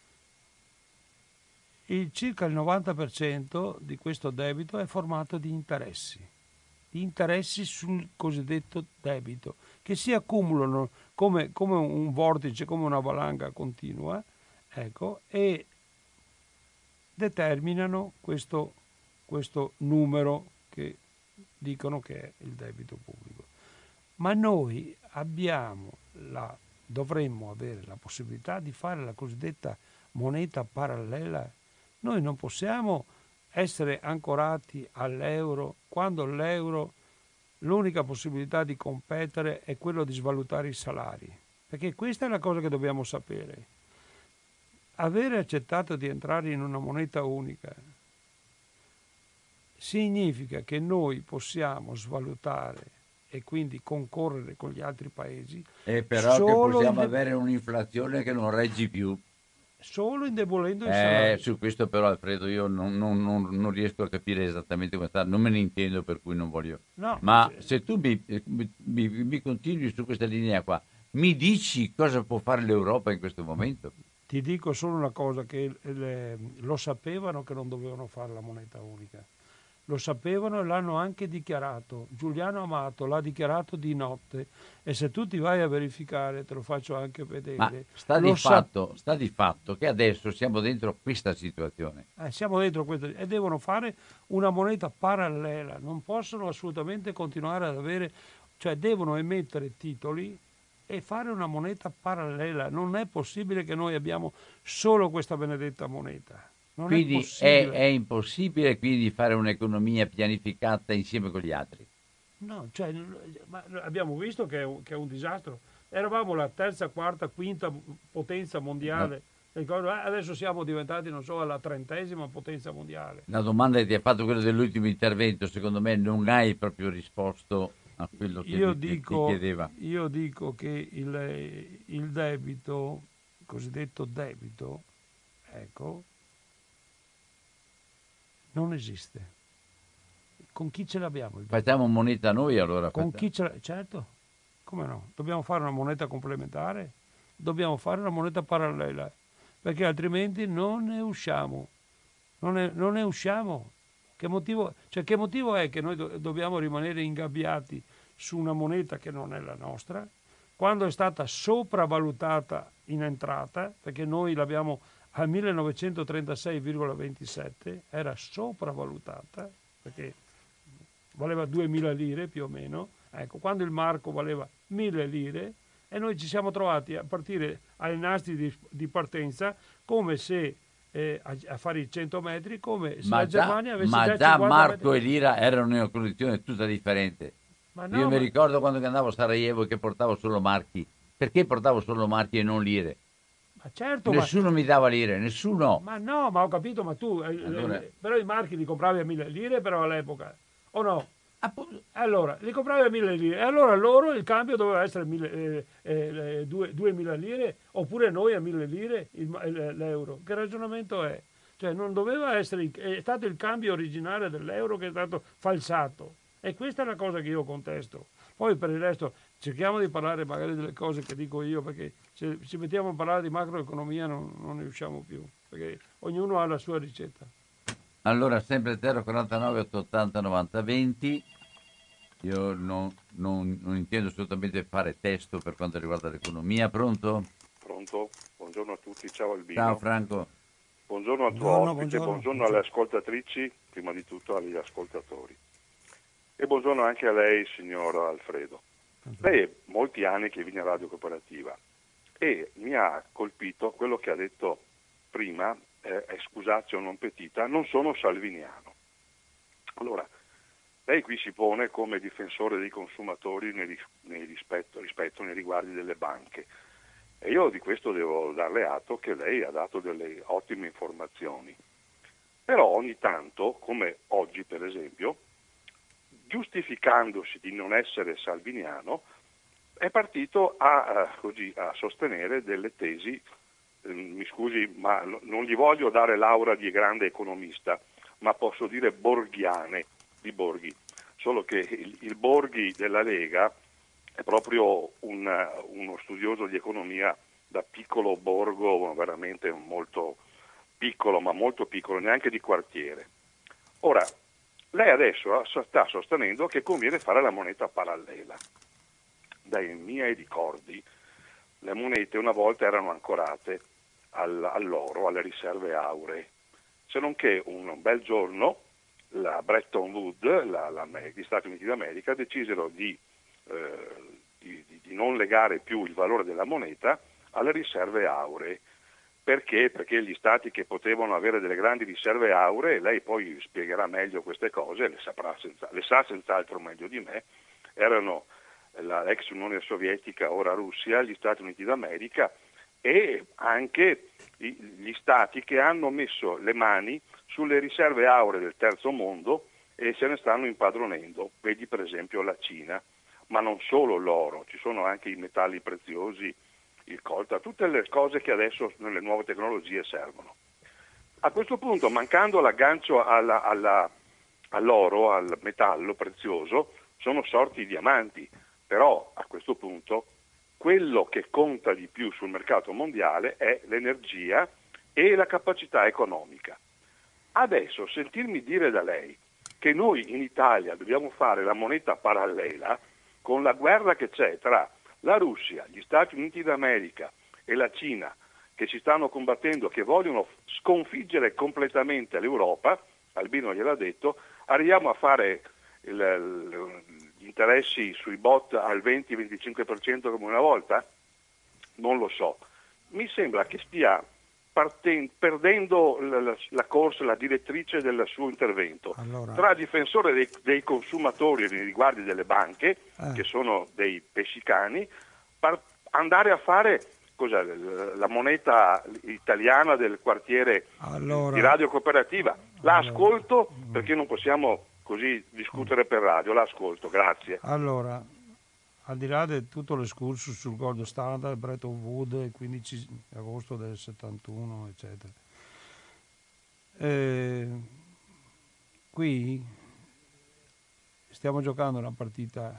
il, circa il novanta per cento di questo debito è formato di interessi, di interessi sul cosiddetto debito, che si accumulano come, come un vortice, come una valanga continua, ecco, e determinano questo, questo numero che dicono che è il debito pubblico. Ma noi abbiamo la, dovremmo avere la possibilità di fare la cosiddetta moneta parallela. Noi non possiamo essere ancorati all'euro quando l'euro, l'unica possibilità di competere è quello di svalutare i salari, perché questa è la cosa che dobbiamo sapere. Avere accettato di entrare in una moneta unica significa che noi possiamo svalutare e quindi concorrere con gli altri paesi, e però che solo possiamo inde- avere un'inflazione che non reggi più. solo indebolendo il Eh, salario. su questo però, Alfredo, io non, non- non- non riesco a capire esattamente come sta, non me ne intendo, per cui non voglio. No, Ma se- se tu mi, mi- mi- mi continui su questa linea qua, mi dici cosa può fare l'Europa in questo momento? Ti dico solo una cosa, che le- lo sapevano che non dovevano fare la moneta unica. Lo sapevano e l'hanno anche dichiarato. Giuliano Amato l'ha dichiarato di notte, e se tu ti vai a verificare, te lo faccio anche vedere. Ma sta lo di, sa- fatto, sta di fatto che adesso siamo dentro questa situazione. Eh, siamo dentro questo e devono fare una moneta parallela, non possono assolutamente continuare ad avere, cioè devono emettere titoli e fare una moneta parallela. Non è possibile che noi abbiamo solo questa benedetta moneta. Non Quindi è è, possibile. è impossibile quindi fare un'economia pianificata insieme con gli altri. No, cioè, ma abbiamo visto che è, un, che è un disastro. Eravamo la terza, quarta, quinta potenza mondiale. Ricordo, eh, adesso siamo diventati, non so, la trentesima potenza mondiale. La domanda che ti ha fatto quello dell'ultimo intervento, secondo me non hai proprio risposto a quello che Io ti, ti dico, chiedeva. io dico che il, il debito, il cosiddetto debito, ecco, non esiste. Con chi ce l'abbiamo? Il debito? Facciamo moneta noi allora. Con facciamo. chi ce l'abbiamo? Certo, come no? Dobbiamo fare una moneta complementare, dobbiamo fare una moneta parallela, perché altrimenti non ne usciamo. Non ne, non ne usciamo. Che motivo, cioè, che motivo è che noi do- dobbiamo rimanere ingabbiati su una moneta che non è la nostra, quando è stata sopravvalutata in entrata, perché noi l'abbiamo al millenovecentotrentasei virgola ventisette, era sopravvalutata, perché valeva duemila lire più o meno, ecco, quando il marco valeva mille lire, e noi ci siamo trovati a partire ai nastri di, di partenza come se eh, a, a fare i cento metri, come se Ma la già, Germania avesse ma già già cinquanta Marco metri. e Lira erano in una condizione tutta differente. Ma no, Io mi ma- ricordo quando andavo a Sarajevo che portavo solo marchi. Perché portavo solo marchi e non lire? ma certo, ma, Nessuno mi dava lire, nessuno. ma no, ma ho capito, ma tu, eh, Allora- eh, però i marchi li compravi a mille lire però all'epoca, o no? Appunto. Allora, li compravi a mille lire, e allora loro il cambio doveva essere mille, eh, eh, due- duemila lire, oppure noi a mille lire il- il- l'euro. Che ragionamento è? Cioè non doveva essere, è stato il cambio originale dell'euro che è stato falsato, e questa è la cosa che io contesto. Poi per il resto cerchiamo di parlare magari delle cose che dico io, perché se ci mettiamo a parlare di macroeconomia non, non ne usciamo più, perché ognuno ha la sua ricetta. Allora, sempre zero quarantanove ottocentottanta novanta venti. Io non, non- non intendo assolutamente fare testo per quanto riguarda l'economia. Pronto? Pronto? Buongiorno a tutti, ciao Albino. Ciao Franco. Buongiorno al tuo Buongiorno, ospite, buongiorno, buongiorno alle ascoltatrici, prima di tutto agli ascoltatori. E buongiorno anche a lei, signor Alfredo. Lei è molti anni che viene a Radio Cooperativa e mi ha colpito quello che ha detto prima, eh, eh, scusatio non petita, non sono salviniano. Allora, lei qui si pone come difensore dei consumatori nei, ris- nei rispetto, rispetto nei riguardi delle banche. E io di questo devo darle atto che lei ha dato delle ottime informazioni. Però ogni tanto, come oggi per esempio, giustificandosi di non essere salviniano, è partito a, eh, così, a sostenere delle tesi, eh, mi scusi, ma no- non gli voglio dare l'aura di grande economista, ma posso dire borghiane, di Borghi. Solo che il, il Borghi della Lega è proprio un, uno studioso di economia da piccolo borgo, veramente molto piccolo, ma molto piccolo, neanche di quartiere. Ora, lei adesso sta sostenendo che conviene fare la moneta parallela. Dai miei ricordi, le monete una volta erano ancorate al, all'oro, alle riserve auree, se non che un bel giorno la Bretton Woods, la, la, gli Stati Uniti d'America, decisero di, eh, di, di, di non legare più il valore della moneta alle riserve auree. Perché? Perché gli stati che potevano avere delle grandi riserve auree, lei poi spiegherà meglio queste cose, le, saprà senza, le sa senz'altro meglio di me, erano la ex Unione Sovietica, ora Russia, gli Stati Uniti d'America e anche gli stati che hanno messo le mani sulle riserve auree del terzo mondo e se ne stanno impadronendo. Vedi per esempio la Cina, ma non solo l'oro, ci sono anche i metalli preziosi, il coltan, tutte le cose che adesso nelle nuove tecnologie servono. A questo punto, mancando l'aggancio alla, alla, all'oro, al metallo prezioso, sono sorti i diamanti, però a questo punto quello che conta di più sul mercato mondiale è l'energia e la capacità economica. Adesso sentirmi dire da lei che noi in Italia dobbiamo fare la moneta parallela con la guerra che c'è tra la Russia, gli Stati Uniti d'America e la Cina, che si stanno combattendo, che vogliono sconfiggere completamente l'Europa, Albino gliel'ha detto, arriviamo a fare il, il, gli interessi sui bot al venti venticinque per cento come una volta? Non lo so. Mi sembra che stia parten- perdendo la, la, la corsa, la direttrice del suo intervento. Allora, tra difensore dei, dei consumatori nei riguardi delle banche, eh. che sono dei pescicani, par- andare a fare cos'è, la moneta italiana del quartiere allora, di Radio Cooperativa. La allora, ascolto perché non possiamo così discutere per radio, la ascolto, grazie. Allora, al di là di tutto l'escursus sul gold standard, Bretton Woods, il quindici agosto del settantuno, eccetera. Eh, qui stiamo giocando una partita,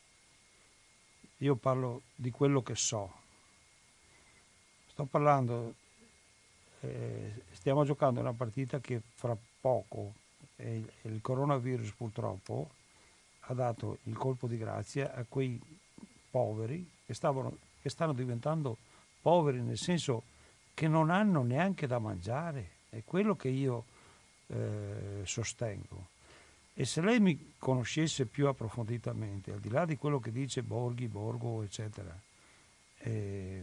io parlo di quello che so, sto parlando, eh, stiamo giocando una partita che fra poco, eh, il coronavirus purtroppo ha dato il colpo di grazia a quei poveri che, stavano, che stanno diventando poveri, nel senso che non hanno neanche da mangiare, è quello che io eh, sostengo. E se lei mi conoscesse più approfonditamente, al di là di quello che dice Borghi, Borgo, eccetera, eh,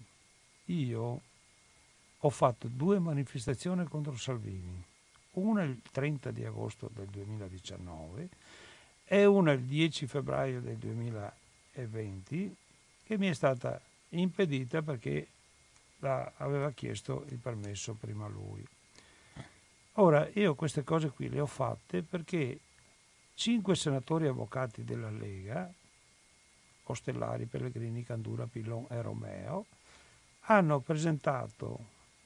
io ho fatto due manifestazioni contro Salvini, una il trenta di agosto del duemiladiciannove e una il dieci febbraio del duemilaventi, che mi è stata impedita perché la, aveva chiesto il permesso prima lui. Ora, io queste cose qui le ho fatte perché cinque senatori avvocati della Lega, Ostellari, Pellegrini, Candura, Pillon e Romeo, hanno presentato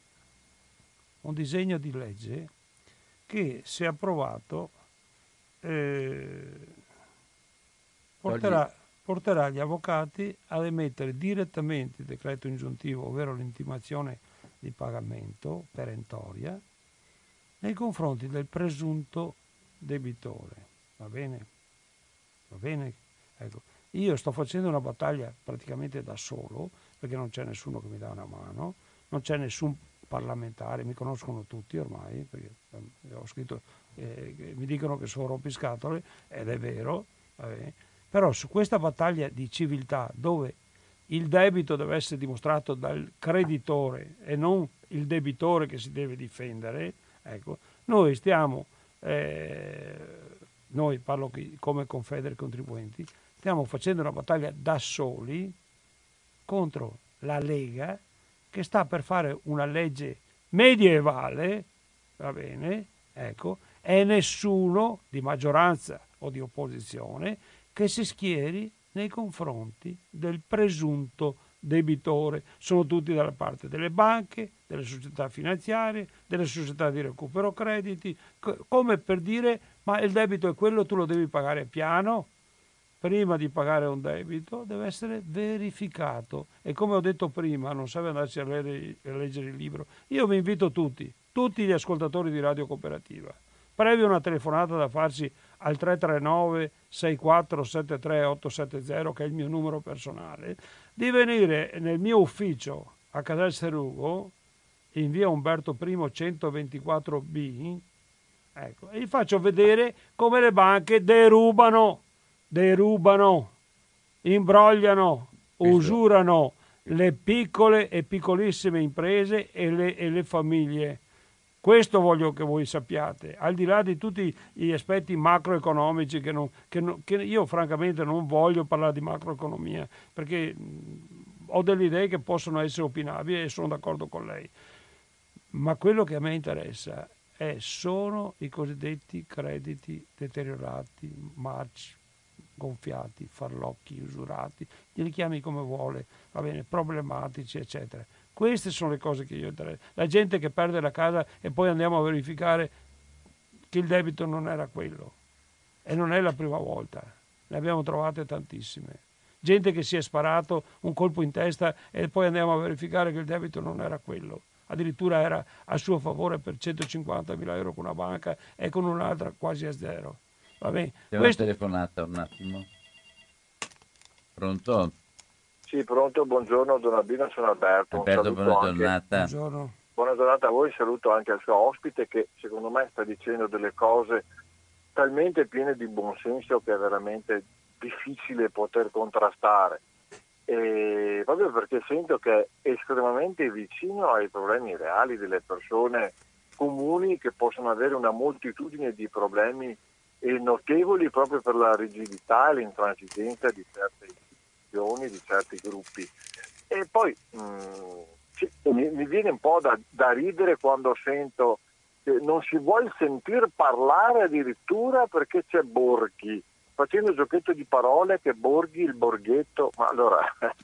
un disegno di legge che, se approvato, eh, porterà, porterà gli avvocati ad emettere direttamente il decreto ingiuntivo, ovvero l'intimazione di pagamento perentoria, nei confronti del presunto debitore. Va bene? Va bene? Ecco. Io sto facendo una battaglia praticamente da solo, perché non c'è nessuno che mi dà una mano, non c'è nessun parlamentare, mi conoscono tutti ormai, perché ho scritto, eh, mi dicono che sono rompiscatole, ed è vero, vabbè. Però su questa battaglia di civiltà, dove il debito deve essere dimostrato dal creditore e non il debitore che si deve difendere, ecco, noi stiamo, eh, noi parlo come Confederi Contribuenti, stiamo facendo una battaglia da soli contro la Lega, che sta per fare una legge medievale, va bene, ecco, e nessuno di maggioranza o di opposizione che si schieri nei confronti del presunto debitore. Sono tutti dalla parte delle banche, delle società finanziarie, delle società di recupero crediti, come per dire: ma il debito è quello, tu lo devi pagare piano. Prima di pagare un debito deve essere verificato, e come ho detto prima, non serve andarci a, leggere, a leggere il libro. Io vi invito tutti, tutti gli ascoltatori di Radio Cooperativa, previo una telefonata da farsi al tre tre nove sei quattro sette tre otto sette zero, che è il mio numero personale, di venire nel mio ufficio a Casal Serugo, in via Umberto I centoventiquattro B, ecco, e vi faccio vedere come le banche derubano, derubano, imbrogliano, usurano le piccole e piccolissime imprese e le, e le famiglie. Questo voglio che voi sappiate, al di là di tutti gli aspetti macroeconomici che, non, che, non, che io francamente non voglio parlare di macroeconomia, perché ho delle idee che possono essere opinabili e sono d'accordo con lei. Ma quello che a me interessa è, sono i cosiddetti crediti deteriorati, marci, gonfiati, farlocchi, usurati, li chiami come vuole, va bene, problematici, eccetera. Queste sono le cose che io interessa. La gente che perde la casa e poi andiamo a verificare che il debito non era quello. E non è la prima volta, ne abbiamo trovate tantissime. Gente che si è sparato un colpo in testa e poi andiamo a verificare che il debito non era quello. Addirittura era a suo favore per centocinquantamila euro con una banca e con un'altra quasi a zero. Va bene. C'è Questo... una telefonata un attimo. Pronto? Sì, pronto, buongiorno Don Albino, sono Alberto. Alberto, buona giornata. Buongiorno. Buona giornata a voi, saluto anche al suo ospite che secondo me sta dicendo delle cose talmente piene di buonsenso che è veramente difficile poter contrastare. E proprio perché sento che è estremamente vicino ai problemi reali delle persone comuni che possono avere una moltitudine di problemi notevoli proprio per la rigidità e l'intransigenza di certe istituzioni, di certi gruppi. E poi mh, mi, mi viene un po' da, da ridere quando sento che non si vuol sentir parlare addirittura perché c'è Borghi, facendo il giochetto di parole che Borghi, il borghetto, ma allora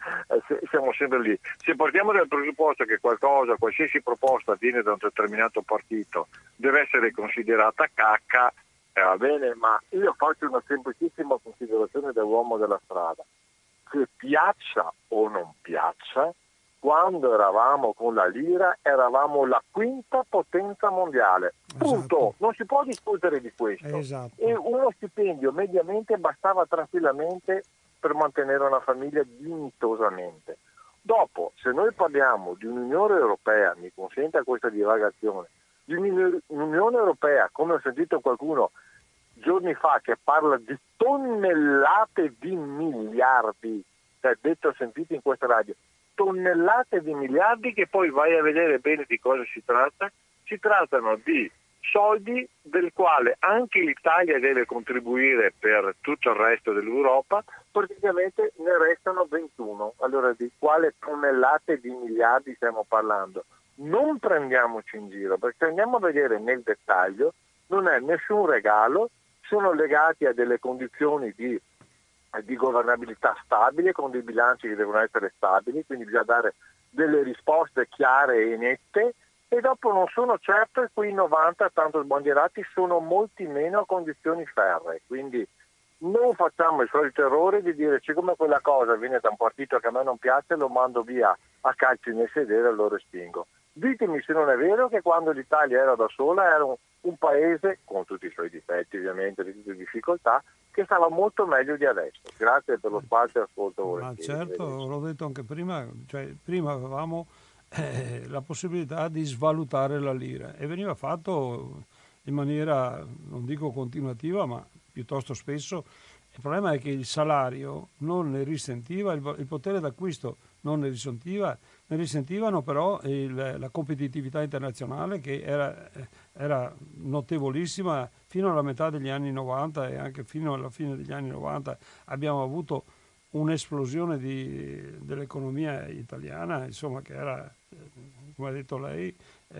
siamo sempre lì. Se partiamo dal presupposto che qualcosa, qualsiasi proposta viene da un determinato partito, deve essere considerata cacca, eh, va bene, ma io faccio una semplicissima considerazione da uomo della strada. Che piaccia o non piaccia, quando eravamo con la lira eravamo la quinta potenza mondiale. Punto. Esatto. Non si può discutere di questo. Esatto. E uno stipendio mediamente bastava tranquillamente per mantenere una famiglia dignitosamente. Dopo, se noi parliamo di un'Unione Europea, mi consenta questa divagazione, di un'Unione Europea, come ho sentito qualcuno giorni fa che parla di tonnellate di miliardi, cioè detto sentito in questa radio, tonnellate di miliardi, che poi vai a vedere bene di cosa si tratta. Si trattano di soldi del quale anche l'Italia deve contribuire per tutto il resto dell'Europa, praticamente ne restano ventuno. Allora di quale tonnellate di miliardi stiamo parlando? Non prendiamoci in giro, perché andiamo a vedere nel dettaglio, non è nessun regalo, sono legati a delle condizioni di di governabilità stabile, con dei bilanci che devono essere stabili, quindi bisogna dare delle risposte chiare e nette, e dopo non sono certo che quei novanta tanto sbandierati sono molti meno a condizioni ferree, quindi non facciamo il solito errore di dire siccome quella cosa viene da un partito che a me non piace lo mando via a calci nel sedere e lo respingo. Ditemi se non è vero che quando l'Italia era da sola era un, un paese, con tutti i suoi difetti ovviamente, di tutte le difficoltà, che stava molto meglio di adesso. Grazie per lo spazio e ascolto volentieri. Ma certo, l'ho detto anche prima, cioè prima avevamo eh, la possibilità di svalutare la lira e veniva fatto in maniera, non dico continuativa, ma piuttosto spesso. Il problema è che il salario non ne risentiva, il, il potere d'acquisto non ne risentiva, ne risentivano però il, la competitività internazionale che era, era notevolissima fino alla metà degli anni novanta e anche fino alla fine degli anni novanta abbiamo avuto un'esplosione di, dell'economia italiana, insomma, che era, come ha detto lei,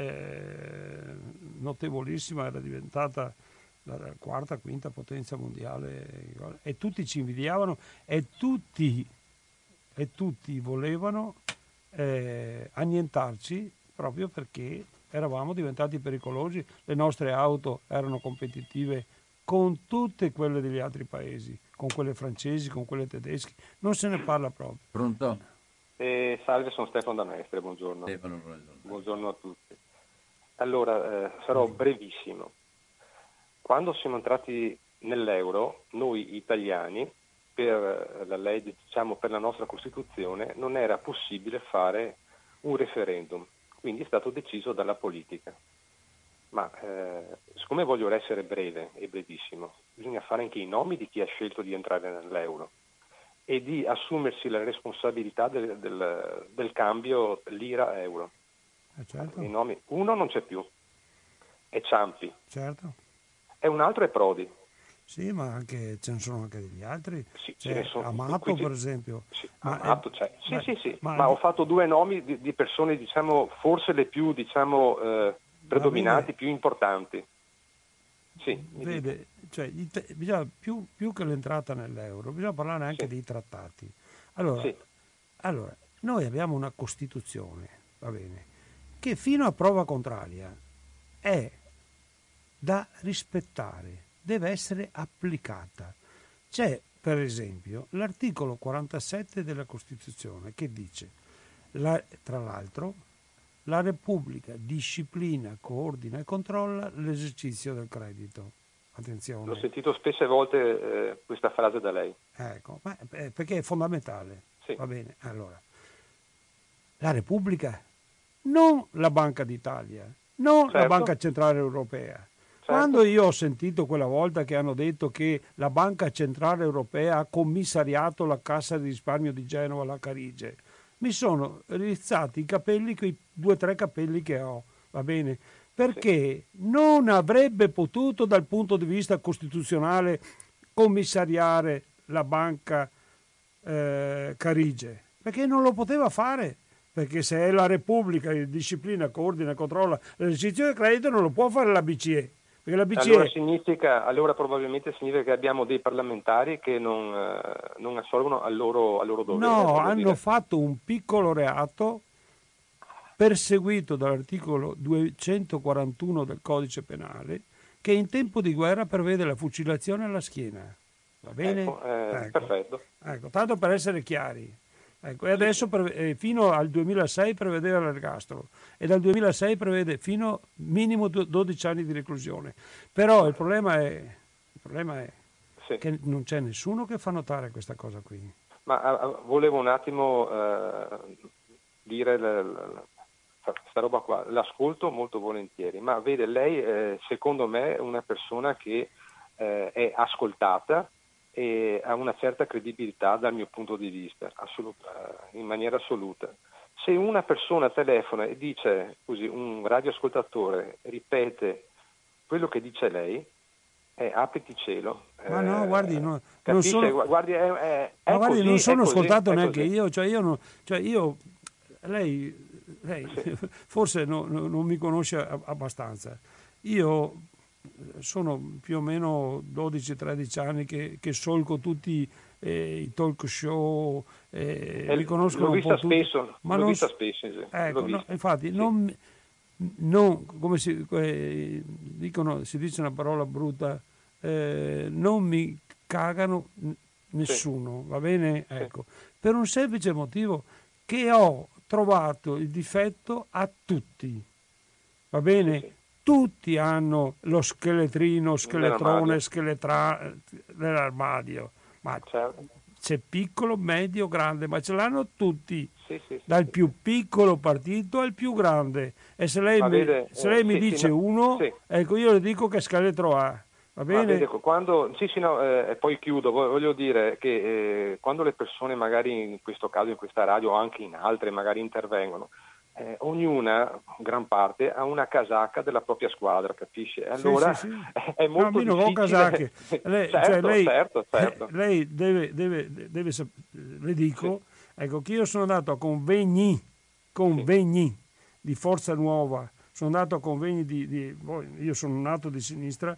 eh, notevolissima, era diventata la quarta, quinta potenza mondiale e tutti ci invidiavano e tutti, e tutti volevano eh, annientarci proprio perché eravamo diventati pericolosi, le nostre auto erano competitive con tutte quelle degli altri paesi, con quelle francesi, con quelle tedesche, non se ne parla proprio. Pronto? Eh, salve, sono Stefano da Mestre, buongiorno. Stefano, buongiorno. Buongiorno a tutti. Allora, eh, sarò brevissimo. Quando siamo entrati nell'euro, noi italiani, per la legge, diciamo per la nostra Costituzione, non era possibile fare un referendum, quindi è stato deciso dalla politica. Ma eh, siccome voglio essere breve e brevissimo, bisogna fare anche i nomi di chi ha scelto di entrare nell'euro e di assumersi la responsabilità del, del, del cambio lira-euro. Eh certo. I nomi, uno non c'è più, è Ciampi. Certo. E un altro è Prodi. Sì, ma anche ce ne sono anche degli altri. Sì, cioè, ce ne sono. Amato, Quindi, per esempio. Sì, ma Amato, è, cioè, sì, ma, sì, sì, ma, ma ho fatto due nomi di, di persone, diciamo, forse le più, diciamo, eh, predominanti, più importanti. Sì, vede, cioè, bisogna, più, più che l'entrata nell'euro, bisogna parlare anche sì. dei trattati. Allora, sì. allora, noi abbiamo una Costituzione, va bene, che fino a prova contraria è da rispettare, deve essere applicata. C'è, per esempio, l'articolo quarantasette della Costituzione che dice, la, tra l'altro, la Repubblica disciplina, coordina e controlla l'esercizio del credito. Attenzione. L'ho sentito spesse volte eh, questa frase da lei. Ecco, ma, eh, perché è fondamentale. Sì. Va bene, allora. La Repubblica, non la Banca d'Italia, non certo. la Banca Centrale Europea. Certo. Quando io ho sentito quella volta che hanno detto che la Banca Centrale Europea ha commissariato la Cassa di risparmio di Genova, la Carige, mi sono rizzati i capelli, quei due o tre capelli che ho, va bene? Perché sì. non avrebbe potuto dal punto di vista costituzionale commissariare la banca eh, Carige, perché non lo poteva fare, perché se è la Repubblica che disciplina, coordina e controlla l'esercizio del credito non lo può fare la B C E. La B C E... Allora, significa, allora probabilmente significa che abbiamo dei parlamentari che non, eh, non assolvono al loro, al loro dovere. No, hanno dire. fatto un piccolo reato perseguito dall'articolo duecentoquarantuno del Codice Penale che in tempo di guerra prevede la fucilazione alla schiena. Va bene? Ecco, eh, ecco. Perfetto. Ecco, tanto per essere chiari. Ecco, e adesso pre- eh, fino al duemilasei prevedeva l'ergastolo e dal duemilasei prevede fino minimo dodici anni di reclusione. Però il problema è, il problema è sì. che non c'è nessuno che fa notare questa cosa qui. Ma uh, volevo un attimo uh, dire l- l- questa roba qua, l'ascolto molto volentieri, ma vede lei eh, secondo me è una persona che eh, è ascoltata e ha una certa credibilità dal mio punto di vista, assolut- in maniera assoluta. Se una persona telefona e dice così, un radioascoltatore ripete quello che dice lei, eh, apriti cielo. Ma no, eh, guardi, no, non capisce? sono, guardi, è, è, è ma guardi, così, non sono è così, ascoltato è neanche così. io, cioè io, non, cioè io lei, lei sì. forse no, no, non mi conosce abbastanza. Io sono più o meno dodici tredici anni che, che solco tutti eh, i talk show, eh, eh, mi conoscono l'ho un vista po' tutti, spesso, ma l'ho non, vista spesso, sì. ecco, l'ho no, vista. infatti sì. non, non come si eh, dicono, si dice una parola brutta, eh, non mi cagano nessuno, sì. va bene? Sì. Ecco, per un semplice motivo che ho trovato il difetto a tutti, va bene? Sì, sì. Tutti hanno lo scheletrino, scheletrone, Nell'armadio. scheletra nell'armadio, ma certo. c'è piccolo, medio, grande, ma ce l'hanno tutti, sì, sì, dal sì. più piccolo partito al più grande. E se lei Ma mi, vede, se lei eh, mi sì, dice sì, ma- uno, sì. ecco, io le dico che scheletro ha. Va bene? Ma vede, quando, sì, sì, no, eh, e poi chiudo, voglio dire che eh, quando le persone magari in questo caso in questa radio o anche in altre magari intervengono, eh, ognuna, gran parte, ha una casacca della propria squadra, capisce? E allora sì, sì, sì. è, è molto no, non ho difficile. casacche. Lei, certo, cioè lei, certo, certo. eh, lei deve, deve, deve sap- le dico, sì. ecco, che io sono andato a convegni, convegni sì. di Forza Nuova, sono andato a convegni di, di io sono nato di sinistra,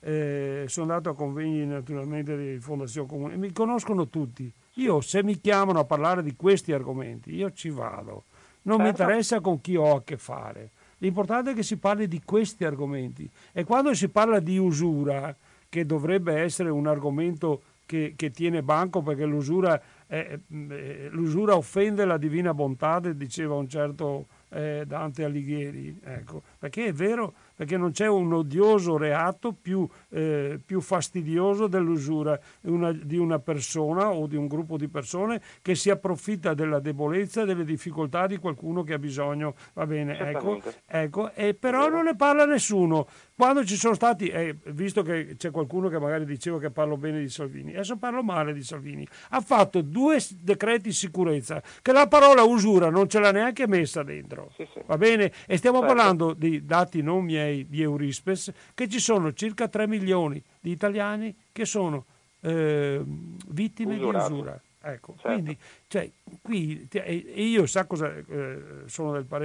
eh, sono andato a convegni naturalmente di Fondazione Comune, mi conoscono tutti. Io se mi chiamano a parlare di questi argomenti, io ci vado. Non certo. mi interessa con chi ho a che fare. L'importante è che si parli di questi argomenti. E quando si parla di usura, che dovrebbe essere un argomento che, che tiene banco, perché l'usura, è, è, l'usura offende la divina bontà, diceva un certo eh, Dante Alighieri. Ecco. Perché è vero, perché non c'è un odioso reato più, eh, più fastidioso dell'usura una, di una persona o di un gruppo di persone che si approfitta della debolezza e delle difficoltà di qualcuno che ha bisogno, va bene, ecco, ecco, e però non ne parla nessuno. Quando ci sono stati, eh, visto che c'è qualcuno che magari diceva che parlo bene di Salvini, adesso parlo male di Salvini, ha fatto due decreti sicurezza che la parola usura non ce l'ha neanche messa dentro, sì, sì. va bene? E stiamo certo. parlando di dati non miei, di Eurispes, che ci sono circa tre milioni di italiani che sono eh, vittime Usurati. di usura. Ecco, certo. quindi, cioè, qui, e io sa cosa eh, sono del parere,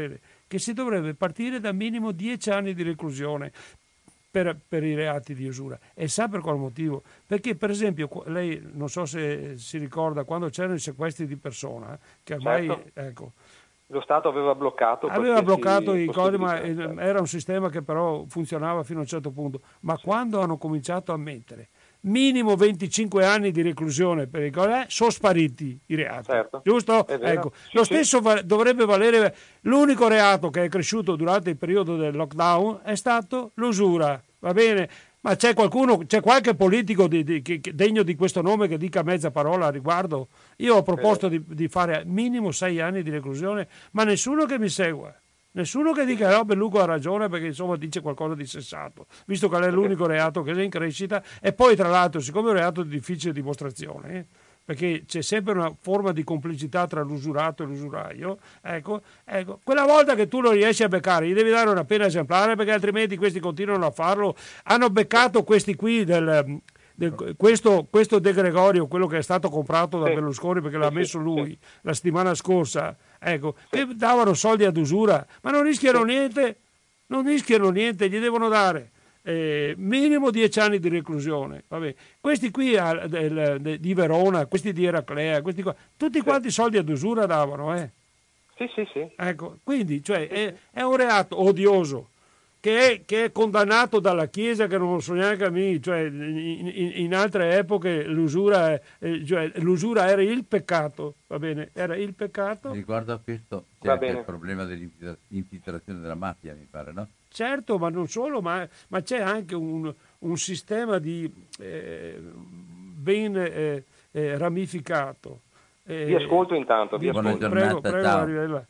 che si dovrebbe partire da minimo dieci anni di reclusione per, per i reati di usura. E sa per quale motivo? Perché, per esempio, lei non so se si ricorda quando c'erano i sequestri di persona, che ormai Certo. ecco, Lo Stato aveva bloccato aveva bloccato qualsiasi i codi, ma possibilità. era un sistema che però funzionava fino a un certo punto. Ma quando hanno cominciato a mettere minimo venticinque anni di reclusione per i codi, eh, sono spariti i reati, Certo. giusto? È vero. Ecco. Sì, Lo sì. stesso va- dovrebbe valere. L'unico reato che è cresciuto durante il periodo del lockdown è stato l'usura, va bene? Ma c'è qualcuno, c'è qualche politico di, di, che, che degno di questo nome che dica mezza parola a riguardo? Io ho proposto di, di fare minimo sei anni di reclusione, ma nessuno che mi segua. Nessuno che dica no, Belluco ha ragione perché insomma dice qualcosa di sensato, visto che è l'unico reato che è in crescita e poi tra l'altro siccome è un reato di difficile dimostrazione, eh, perché c'è sempre una forma di complicità tra l'usurato e l'usuraio, ecco, ecco, quella volta che tu lo riesci a beccare gli devi dare una pena esemplare perché altrimenti questi continuano a farlo. Hanno beccato questi qui del... del- questo, questo De Gregorio, quello che è stato comprato da Sì. Berlusconi perché Sì, l'ha sì, messo lui sì. la settimana scorsa, ecco, che davano soldi ad usura, ma non rischiano niente, non rischiano niente, gli devono dare eh, minimo dieci anni di reclusione. Vabbè. Questi qui ah, del- de- di Verona, questi di Eraclea, questi qua, tutti quanti soldi ad usura davano, eh. Sì, sì, sì. Ecco, quindi cioè, è, è un reato odioso che è, che è condannato dalla Chiesa, che non lo so neanche a me, cioè in, in- in altre epoche l'usura, è- eh, cioè, l'usura era il peccato, va bene, era il peccato. Riguardo a questo c'è Va anche bene. il problema dell'infiltrazione della mafia, mi pare, no? Certo, ma non solo, ma, ma c'è anche un, un sistema di eh, ben eh, eh, ramificato. Eh, Vi ascolto intanto, vi di- Buona ascolto. prego, giornata, prego, ciao. Mariella.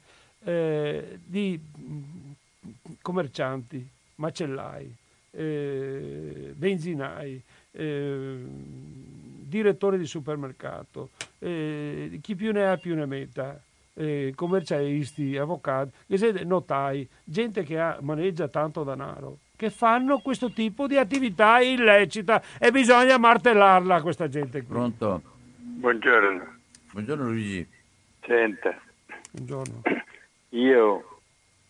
Eh, di mh, commercianti, macellai, eh, benzinai, eh, direttori di supermercato, eh, chi più ne ha più ne metta, eh, commercialisti, avvocati, gente- notai, gente che ha- maneggia tanto denaro, che fanno questo tipo di attività illecita e bisogna martellarla questa gente qui. Pronto? Buongiorno, Buongiorno Luigi. senta, Buongiorno. io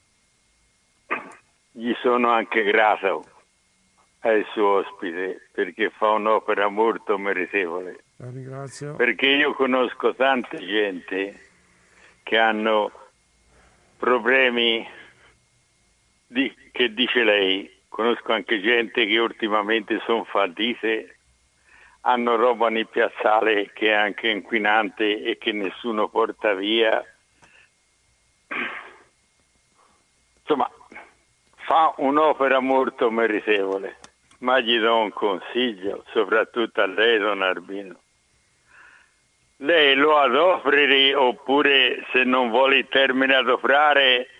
gli sono anche grato al suo ospite perché fa un'opera molto meritevole, La ringrazio. perché io conosco tante gente che hanno problemi di, che dice lei, conosco anche gente che ultimamente sono fallite, hanno roba nel piazzale che è anche inquinante e che nessuno porta via. Insomma, fa un'opera molto meritevole, ma gli do un consiglio, soprattutto a lei, don Arbino. Lei lo adoperi oppure, se non vuole il termine adoprare,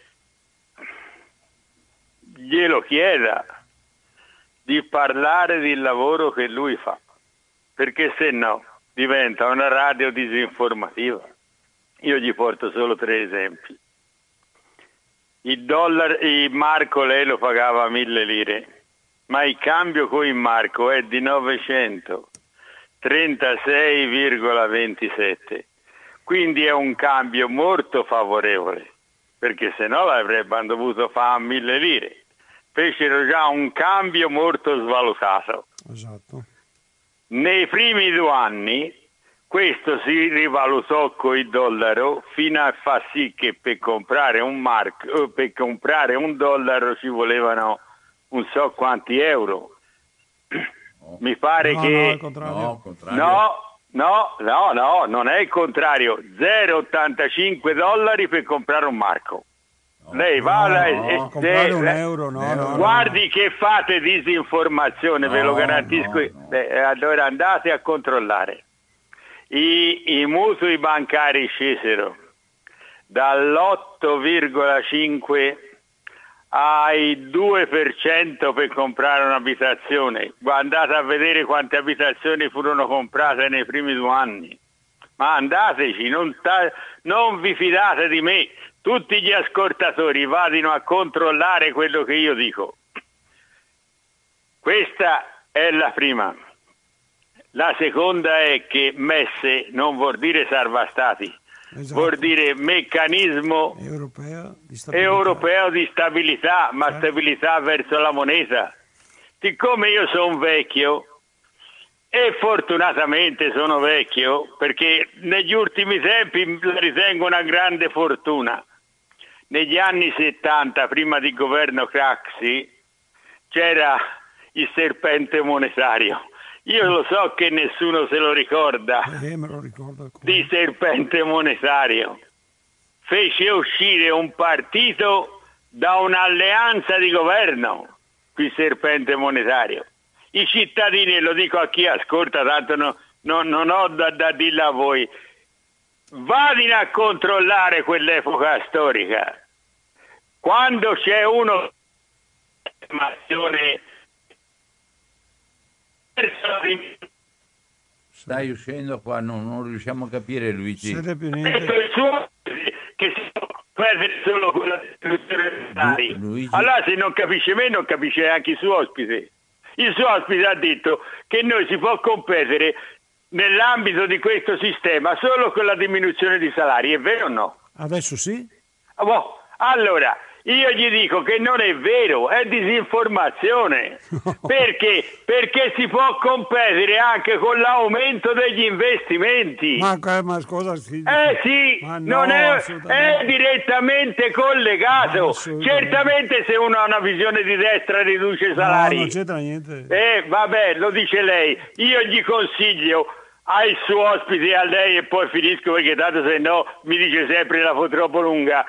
glielo chieda di parlare del lavoro che lui fa, perché se no diventa una radio disinformativa. Io gli porto solo tre esempi. Il dollaro, il marco lei lo pagava a mille lire, ma il cambio con il marco è di novecentotrentasei virgola ventisette, quindi è un cambio molto favorevole, perché se no l'avrebbero dovuto fare a mille lire. Fecero già un cambio molto svalutato. Esatto. Nei primi due anni questo si rivalutò con il dollaro fino a far sì che per comprare un marco, per comprare un dollaro ci volevano non so quanti euro. Mi pare No, che no, al contrario. No, al contrario. no, no, no, no, non è il contrario, zero virgola ottantacinque dollari per comprare un marco. Lei va No, là no, e- comprare e- un e- euro, no, un euro. no, no. guardi che fate disinformazione, ve lo No, garantisco. no, no. Eh, allora andate a controllare. I, i mutui bancari scesero dall'otto virgola cinque ai due per cento per comprare un'abitazione. Andate a vedere quante abitazioni furono comprate nei primi due anni. Ma andateci, non, sta- non vi fidate di me. Tutti gli ascoltatori vadino a controllare quello che io dico. Questa è la prima. La seconda è che Messe non vuol dire salva stati, esatto. Vuol dire meccanismo europeo di stabilità, europeo di stabilità ma certo. Stabilità verso la moneta. Siccome io sono vecchio, e fortunatamente sono vecchio, perché negli ultimi tempi la ritengo una grande fortuna. Negli anni settanta, prima di governo Craxi, c'era il serpente monetario. Io lo so che nessuno se lo ricorda, eh, me lo ricordo di serpente monetario. Fece uscire un partito da un'alleanza di governo, il serpente monetario. I cittadini, e lo dico a chi ascolta, tanto no, no, non ho da, da dirla a voi, vadino a controllare quell'epoca storica. Quando c'è uno stai uscendo qua, non, non riusciamo a capire, Luigi. Siete più che si può perdere solo quella delle Luigi. Allora se non capisce me non capisce anche il suo ospite. Il suo ospite ha detto che noi si può competere nell'ambito di questo sistema solo con la diminuzione di salari, è vero o no? Adesso sì. Oh, allora, io gli dico che non è vero, è disinformazione. Perché? Perché si può competere anche con l'aumento degli investimenti. Ma, ma scusa, sì. Eh sì, ma no, non è, è direttamente collegato. Certamente se uno ha una visione di destra riduce i salari. No, non c'entra niente. Eh, vabbè, lo dice lei. Io gli consiglio al suo ospite, a lei, e poi finisco perché tanto se no mi dice sempre la fa troppo lunga.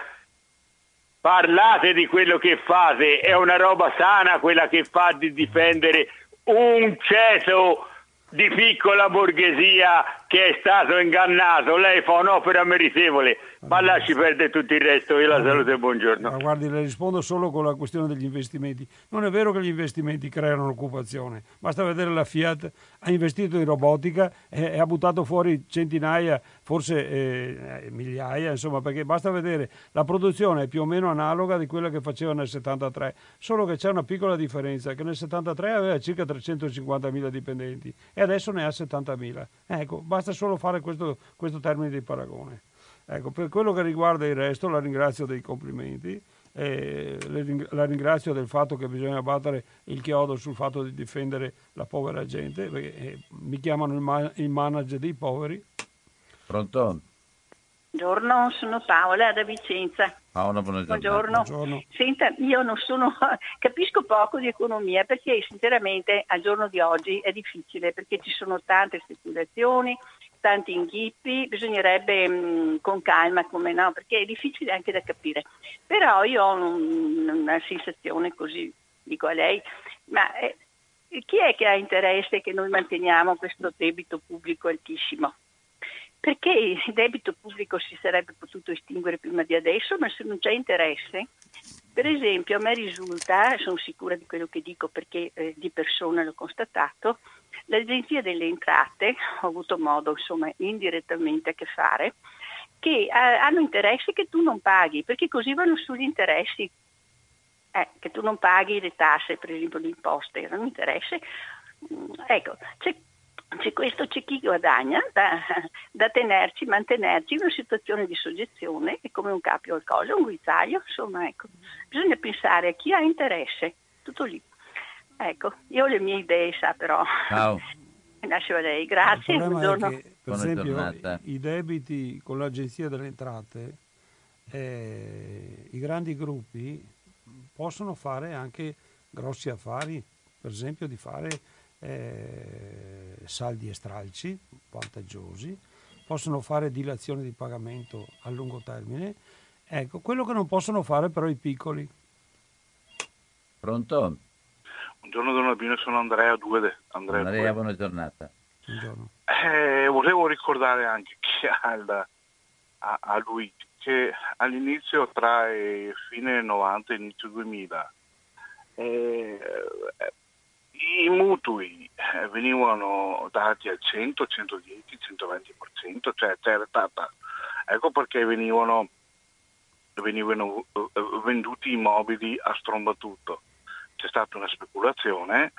Parlate di quello che fate, è una roba sana quella che fa di difendere un ceto di piccola borghesia che è stato ingannato. Lei fa un'opera meritevole, ma lasci perdere tutto il resto. Io la saluto e buongiorno. Ma guardi, le rispondo solo con la questione degli investimenti. Non è vero che gli investimenti creano l'occupazione, basta vedere la Fiat ha investito in robotica e, e ha buttato fuori centinaia, forse eh, migliaia, insomma, perché basta vedere la produzione è più o meno analoga di quella che faceva nel settantatré, solo che c'è una piccola differenza, che nel settantatré aveva circa trecentocinquantamila dipendenti e adesso ne ha settantamila. Ecco, basta solo fare questo, questo termine di paragone. Ecco, per quello che riguarda il resto la ringrazio dei complimenti, eh, la ringrazio del fatto che bisogna battere il chiodo sul fatto di difendere la povera gente, perché eh, mi chiamano il, ma- il manager dei poveri. Pronto? Buongiorno, sono Paola da Vicenza. Paola, buongiorno. Buongiorno. Buongiorno. Senta, io non sono, capisco poco di economia perché sinceramente al giorno di oggi è difficile perché ci sono tante speculazioni, tanti inghippi, bisognerebbe mh, con calma, come no, perché è difficile anche da capire. Però io ho un, una sensazione così, dico a lei, ma eh, chi è che ha interesse che noi manteniamo questo debito pubblico altissimo? Perché il debito pubblico si sarebbe potuto estinguere prima di adesso, ma se non c'è interesse, per esempio a me risulta, sono sicura di quello che dico perché eh, di persona l'ho constatato, l'Agenzia delle Entrate, ho avuto modo insomma indirettamente a che fare, che eh, hanno interesse che tu non paghi, perché così vanno sugli interessi, eh, che tu non paghi le tasse, per esempio le imposte, hanno interesse. Mm, ecco, c'è C'è questo, c'è chi guadagna da, da tenerci, mantenerci in una situazione di soggezione, è come un capio al collo, un guizzaglio, insomma, ecco. Bisogna pensare a chi ha interesse, tutto lì. Ecco, io ho le mie idee, sa, però. Ciao. Lascio a lei, grazie, Il problema buongiorno. è che, per Buona esempio, giornata. i debiti con l'Agenzia delle Entrate, eh, i grandi gruppi possono fare anche grossi affari, per esempio di fare Eh, saldi e stralci vantaggiosi, possono fare dilazioni di pagamento a lungo termine. Ecco, quello che non possono fare però i piccoli. Pronto? Buongiorno Don Albino, sono Andrea Duede. Andrea, Andrea, buona giornata. Buongiorno. Eh, volevo ricordare anche che al, a, a lui che all'inizio tra eh, fine novanta e inizio duemila eh, i mutui venivano dati al cento, centodieci, centoventi per cento, cioè c'era stata, ecco perché venivano, venivano venduti immobili a strombatutto. C'è stata una speculazione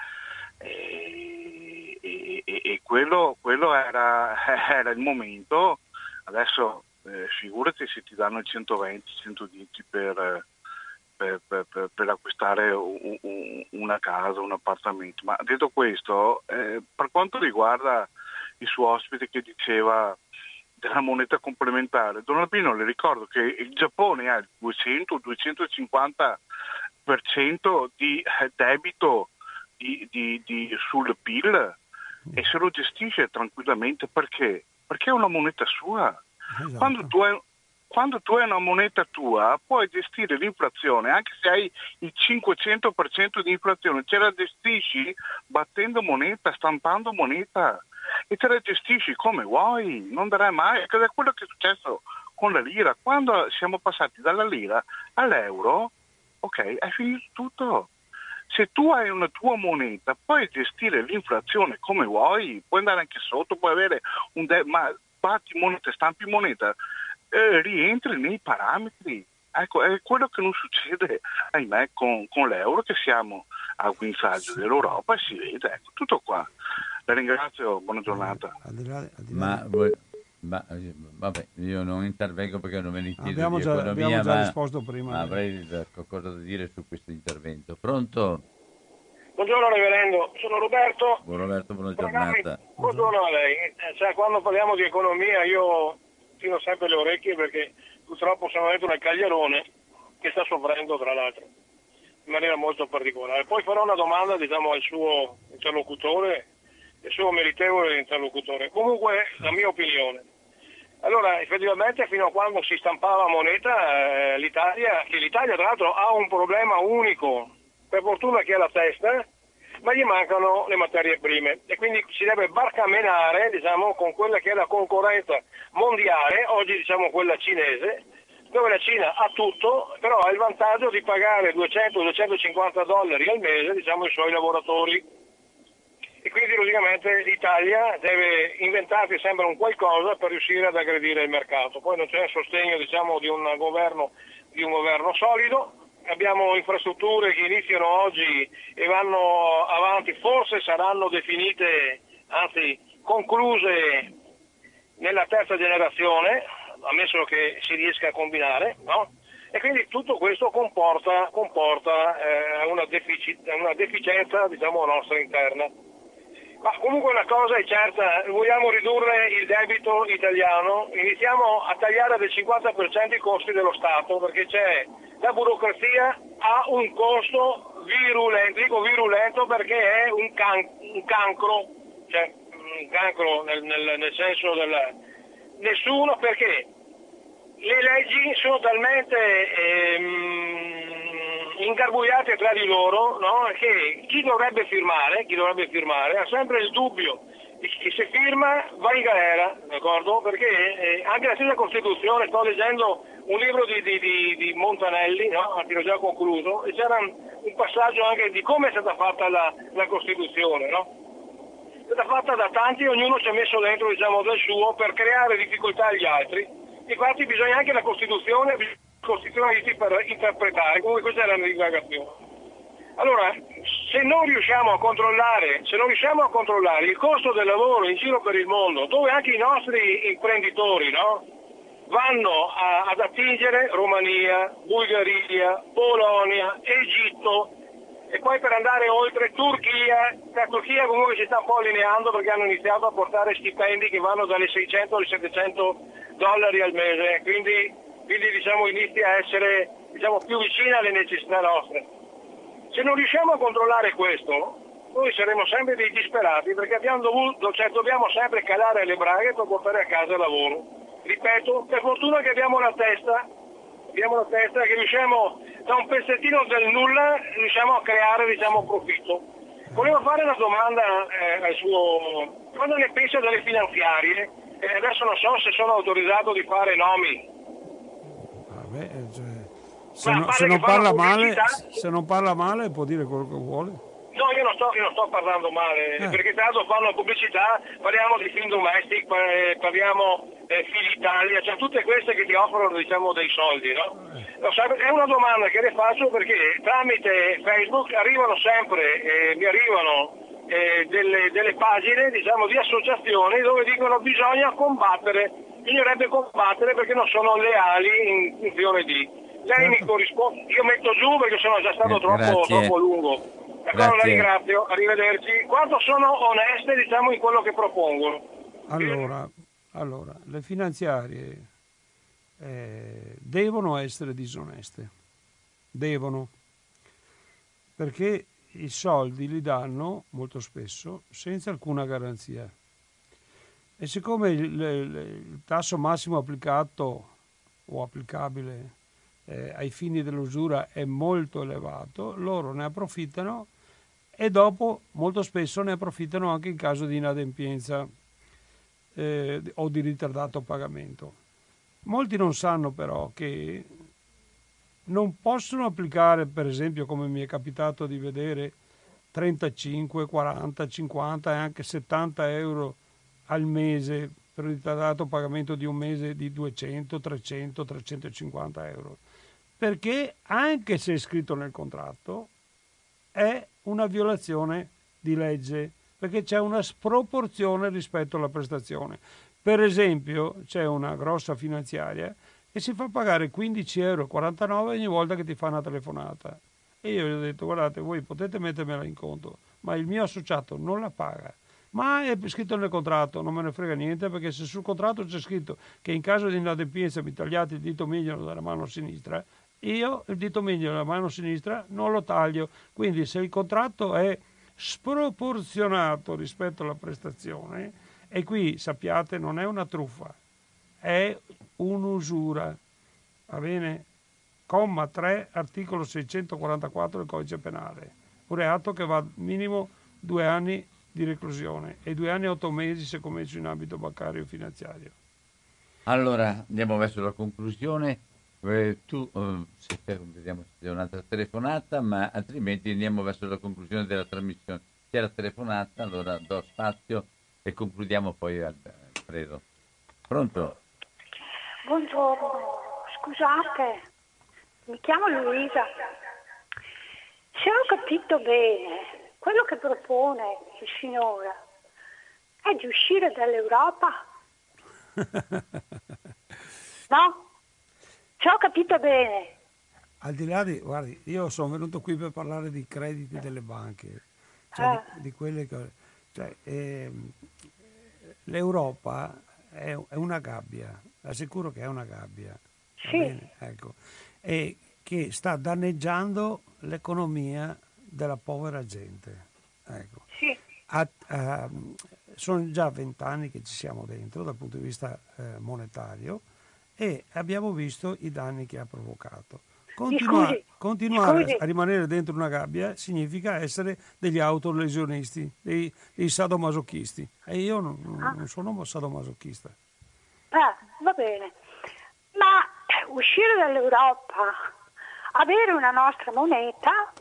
e, e, e quello, quello era, era il momento. Adesso eh, figurati se ti danno il centoventi centodieci per, per, per, per, per acquistare un, un, una casa, un appartamento. Ma detto questo, eh, per quanto riguarda il suo ospite che diceva della moneta complementare, Don Albino, le ricordo che il Giappone ha il duecento duecentocinquanta per cento di debito di, di, di, sul P I L e se lo gestisce tranquillamente. Perché? Perché è una moneta sua. Esatto. Quando tu hai, quando tu hai una moneta tua puoi gestire l'inflazione, anche se hai il cinquecento per cento di inflazione, ce la gestisci battendo moneta, stampando moneta e te la gestisci come vuoi, non darai mai. È quello che è successo con la lira. Quando siamo passati dalla lira all'euro, ok, è finito tutto. Se tu hai una tua moneta puoi gestire l'inflazione come vuoi, puoi andare anche sotto, puoi avere un de- ma batti moneta, stampi moneta, eh, rientri nei parametri. Ecco, è quello che non succede, ahimè, con, con l'euro, che siamo a guinzaggio dell'Europa e si vede, ecco, tutto qua. La ringrazio, buona giornata. Ma, voi, ma vabbè, io non intervengo perché non me ne chiedo abbiamo di già, economia, abbiamo già ma, risposto prima. ma avrei qualcosa da dire su questo intervento. Pronto? Buongiorno reverendo, sono Roberto. Buon Roberto, buona giornata. Buongiorno a lei. Cioè, quando parliamo di economia io tiro sempre le orecchie perché purtroppo sono dentro nel cagliarone che sta soffrendo, tra l'altro, in maniera molto particolare. Poi farò una domanda, diciamo, al suo interlocutore, il suo meritevole interlocutore. Comunque, la mia opinione. Allora, effettivamente, fino a quando si stampava moneta, eh, l'Italia, che l'Italia tra l'altro ha un problema unico, per fortuna che ha la testa, ma gli mancano le materie prime e quindi si deve barcamenare, diciamo, con quella che è la concorrenza mondiale, oggi diciamo quella cinese, dove la Cina ha tutto, però ha il vantaggio di pagare duecento duecentocinquanta dollari al mese, diciamo, ai suoi lavoratori. E quindi logicamente l'Italia deve inventarsi sempre un qualcosa per riuscire ad aggredire il mercato. Poi non c'è il sostegno, diciamo, di un governo, di un governo solido. Abbiamo infrastrutture che iniziano oggi e vanno avanti, forse saranno definite, anzi concluse nella terza generazione, ammesso che si riesca a combinare, no? E quindi tutto questo comporta, comporta eh, una, deficit, una deficienza, diciamo, nostra interna. Ma comunque una cosa è certa, vogliamo ridurre il debito italiano, iniziamo a tagliare del cinquanta per cento i costi dello Stato, perché c'è la burocrazia, ha un costo virulento, dico virulento perché è un, can- un cancro, cioè un cancro nel, nel, nel senso del... Nessuno, perché le leggi sono talmente ehm, ingarbugliate tra di loro, no? Che chi dovrebbe firmare, chi dovrebbe firmare ha sempre il dubbio che se firma va in galera, d'accordo? Perché eh, anche la stessa Costituzione, sto leggendo un libro di, di, di, di Montanelli, no? Che ho già concluso, e c'era un passaggio anche di come è stata fatta la, la Costituzione, no? È stata fatta da tanti, ognuno ci ha messo dentro, diciamo, del suo per creare difficoltà agli altri. Infatti bisogna anche la Costituzione, costituzionalisti per interpretare, comunque questa è la mia divagazione. Allora, se non riusciamo a controllare, se non riusciamo a controllare il costo del lavoro in giro per il mondo, dove anche i nostri imprenditori, no, vanno a, ad attingere Romania, Bulgaria, Polonia, Egitto e poi per andare oltre Turchia, la Turchia comunque si sta un po' allineando perché hanno iniziato a portare stipendi che vanno dalle seicento ai settecento dollari al mese, quindi, quindi diciamo inizia a essere, diciamo, più vicina alle necessità nostre. Se non riusciamo a controllare questo, noi saremo sempre dei disperati perché abbiamo dovuto, cioè dobbiamo sempre calare le braghe per portare a casa il lavoro. Ripeto, per fortuna che abbiamo la testa, abbiamo la testa che riusciamo da un pezzettino del nulla riusciamo a creare, diciamo, profitto. Volevo fare una domanda eh, al suo, cosa ne pensa delle finanziarie? Eh, adesso non so se sono autorizzato di fare nomi. Vabbè, cioè, se, no, se, non parla male, se non parla male può dire quello che vuole. No, io non sto, io non sto parlando male, eh. perché tanto fanno pubblicità, parliamo di Film Domestic, parliamo eh, Film Italia, cioè tutte queste che ti offrono, diciamo, dei soldi, no? Eh. È una domanda che le faccio perché tramite Facebook arrivano sempre, eh, mi arrivano eh, delle, delle pagine, diciamo, di associazioni dove dicono bisogna combattere, bisognerebbe combattere perché non sono leali in funzione di. Lei certo. mi corrisponde, io metto giù perché sono già stato troppo, troppo lungo. Allora la ringrazio, arrivederci. Quanto sono oneste, diciamo, in quello che propongono? Allora, allora le finanziarie eh, devono essere disoneste, devono, perché i soldi li danno molto spesso senza alcuna garanzia. E siccome il, il, il tasso massimo applicato o applicabile eh, ai fini dell'usura è molto elevato, loro ne approfittano e dopo molto spesso ne approfittano anche in caso di inadempienza eh, o di ritardato pagamento. Molti non sanno però che non possono applicare, per esempio, come mi è capitato di vedere, trentacinque, quaranta, cinquanta e anche settanta euro al mese per il ritardato pagamento di un mese di duecento, trecento, trecentocinquanta euro. Perché anche se è scritto nel contratto è una violazione di legge, perché c'è una sproporzione rispetto alla prestazione. Per esempio, c'è una grossa finanziaria e si fa pagare quindici euro e quarantanove ogni volta che ti fa una telefonata. E io gli ho detto, guardate, voi potete mettermela in conto, ma il mio associato non la paga. Ma è scritto nel contratto, non me ne frega niente, perché se sul contratto c'è scritto che in caso di inadempienza mi tagliate il dito mignolo dalla mano sinistra, io il dito mignolo dalla mano sinistra non lo taglio. Quindi se il contratto è sproporzionato rispetto alla prestazione, e qui sappiate non è una truffa, è un'usura, va bene? Comma tre, articolo seicentoquarantaquattro del codice penale, un reato che va minimo due anni di reclusione e due anni e otto mesi se commesso in ambito bancario e finanziario. Allora andiamo verso la conclusione. Eh, tu eh, se, vediamo se c'è un'altra telefonata, ma altrimenti andiamo verso la conclusione della trasmissione. C'è la telefonata, allora do spazio e concludiamo poi, Alfredo. Pronto? Buongiorno, scusate, mi chiamo Luisa. Se ho capito bene, quello che propone il signore è di uscire dall'Europa? No? Se ho capito bene. Al di là di, guardi, io sono venuto qui per parlare di crediti delle banche, cioè eh. di, di quelle che... Cioè, eh, l'Europa è, è una gabbia, assicuro che è una gabbia, sì. Bene? Ecco. E che sta danneggiando l'economia della povera gente. Ecco. Sì. A, a, sono già vent'anni che ci siamo dentro dal punto di vista eh, monetario e abbiamo visto i danni che ha provocato. Continua, scusi, continuare scusi. a rimanere dentro una gabbia significa essere degli autolesionisti, dei, dei sadomasochisti. E io non, ah. non sono sadomasochista. Ah, va bene. Ma uscire dall'Europa, avere una nostra moneta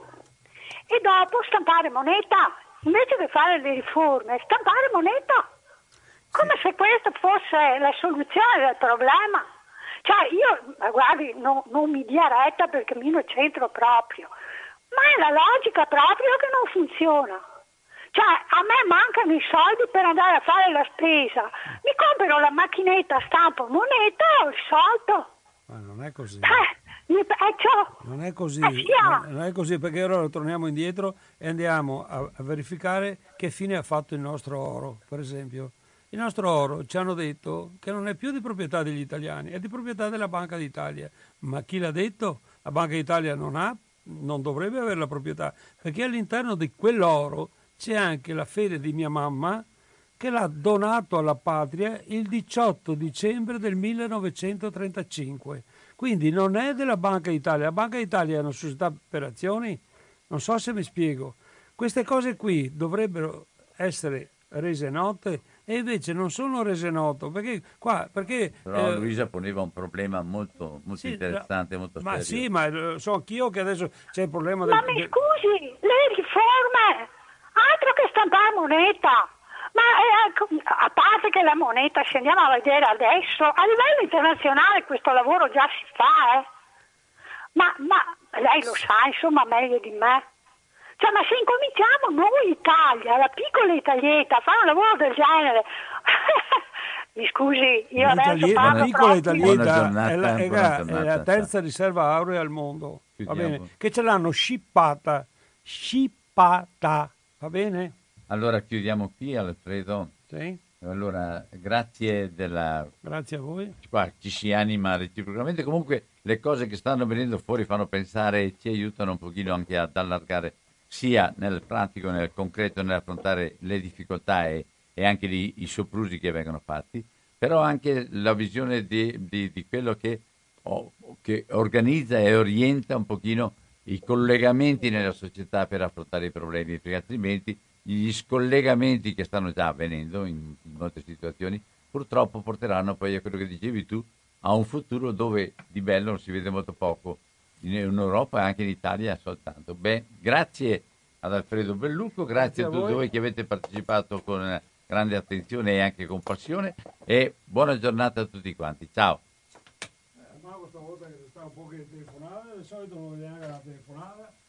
e dopo stampare moneta, invece di fare le riforme, stampare moneta, come sì. se questa fosse la soluzione del problema. Cioè io, guardi, no, non mi dia retta perché mi innocentro proprio, ma è la logica proprio che non funziona. Cioè a me mancano i soldi per andare a fare la spesa, mi compro la macchinetta, stampo moneta e ho risolto. Ma non è così. Eh, mi, eh, ciò. Non è così, eh, sì, non, non è così, perché ora torniamo indietro e andiamo a, a verificare che fine ha fatto il nostro oro, per esempio. Il nostro oro ci hanno detto che non è più di proprietà degli italiani, è di proprietà della Banca d'Italia. Ma chi l'ha detto? La Banca d'Italia non ha, non dovrebbe avere la proprietà, perché all'interno di quell'oro c'è anche la fede di mia mamma che l'ha donato alla patria il diciotto dicembre del millenovecentotrentacinque. Quindi non è della Banca d'Italia. La Banca d'Italia è una società per azioni? Non so se mi spiego. Queste cose qui dovrebbero essere rese note e invece non sono rese note perché qua perché però eh, Luisa poneva un problema molto, molto sì, interessante, molto ma serio. sì, ma so anch'io che adesso c'è il problema ma del, mi del... scusi, le riforme altro che stampare moneta, ma eh, a parte che la moneta, se andiamo a vedere adesso a livello internazionale questo lavoro già si fa, eh. ma, ma lei lo sa insomma meglio di me. Cioè, ma se incominciamo noi Italia, la piccola Italietta, a fare un lavoro del genere, mi scusi, io adesso L'Italie- parlo la piccola proprio- italietta giornata, è la, è buona la- giornata, è la ciao. terza riserva aurea al mondo, va Chiudiamo. bene? Che ce l'hanno scippata, scippata, va bene? Allora chiudiamo qui, Alfredo. Sì. Allora, grazie della... Grazie a voi. Qua ci si anima reciprocamente. Comunque le cose che stanno venendo fuori fanno pensare e ci aiutano un pochino anche ad allargare sia nel pratico, nel concreto, nell'affrontare le difficoltà e, e anche i, i soprusi che vengono fatti, però anche la visione di, di, di quello che, oh, che organizza e orienta un pochino i collegamenti nella società per affrontare i problemi, perché altrimenti gli scollegamenti che stanno già avvenendo in, in molte situazioni purtroppo porteranno poi a quello che dicevi tu, a un futuro dove di bello non si vede molto poco in, in Europa e anche in Italia soltanto. Beh, grazie ad Alfredo Bellucco, grazie, grazie a, a tutti voi che avete partecipato con grande attenzione e anche con passione, e buona giornata a tutti quanti. Ciao. Eh, ma questa volta che sta un po' che telefonare, di solito non vede neanche la telefonata.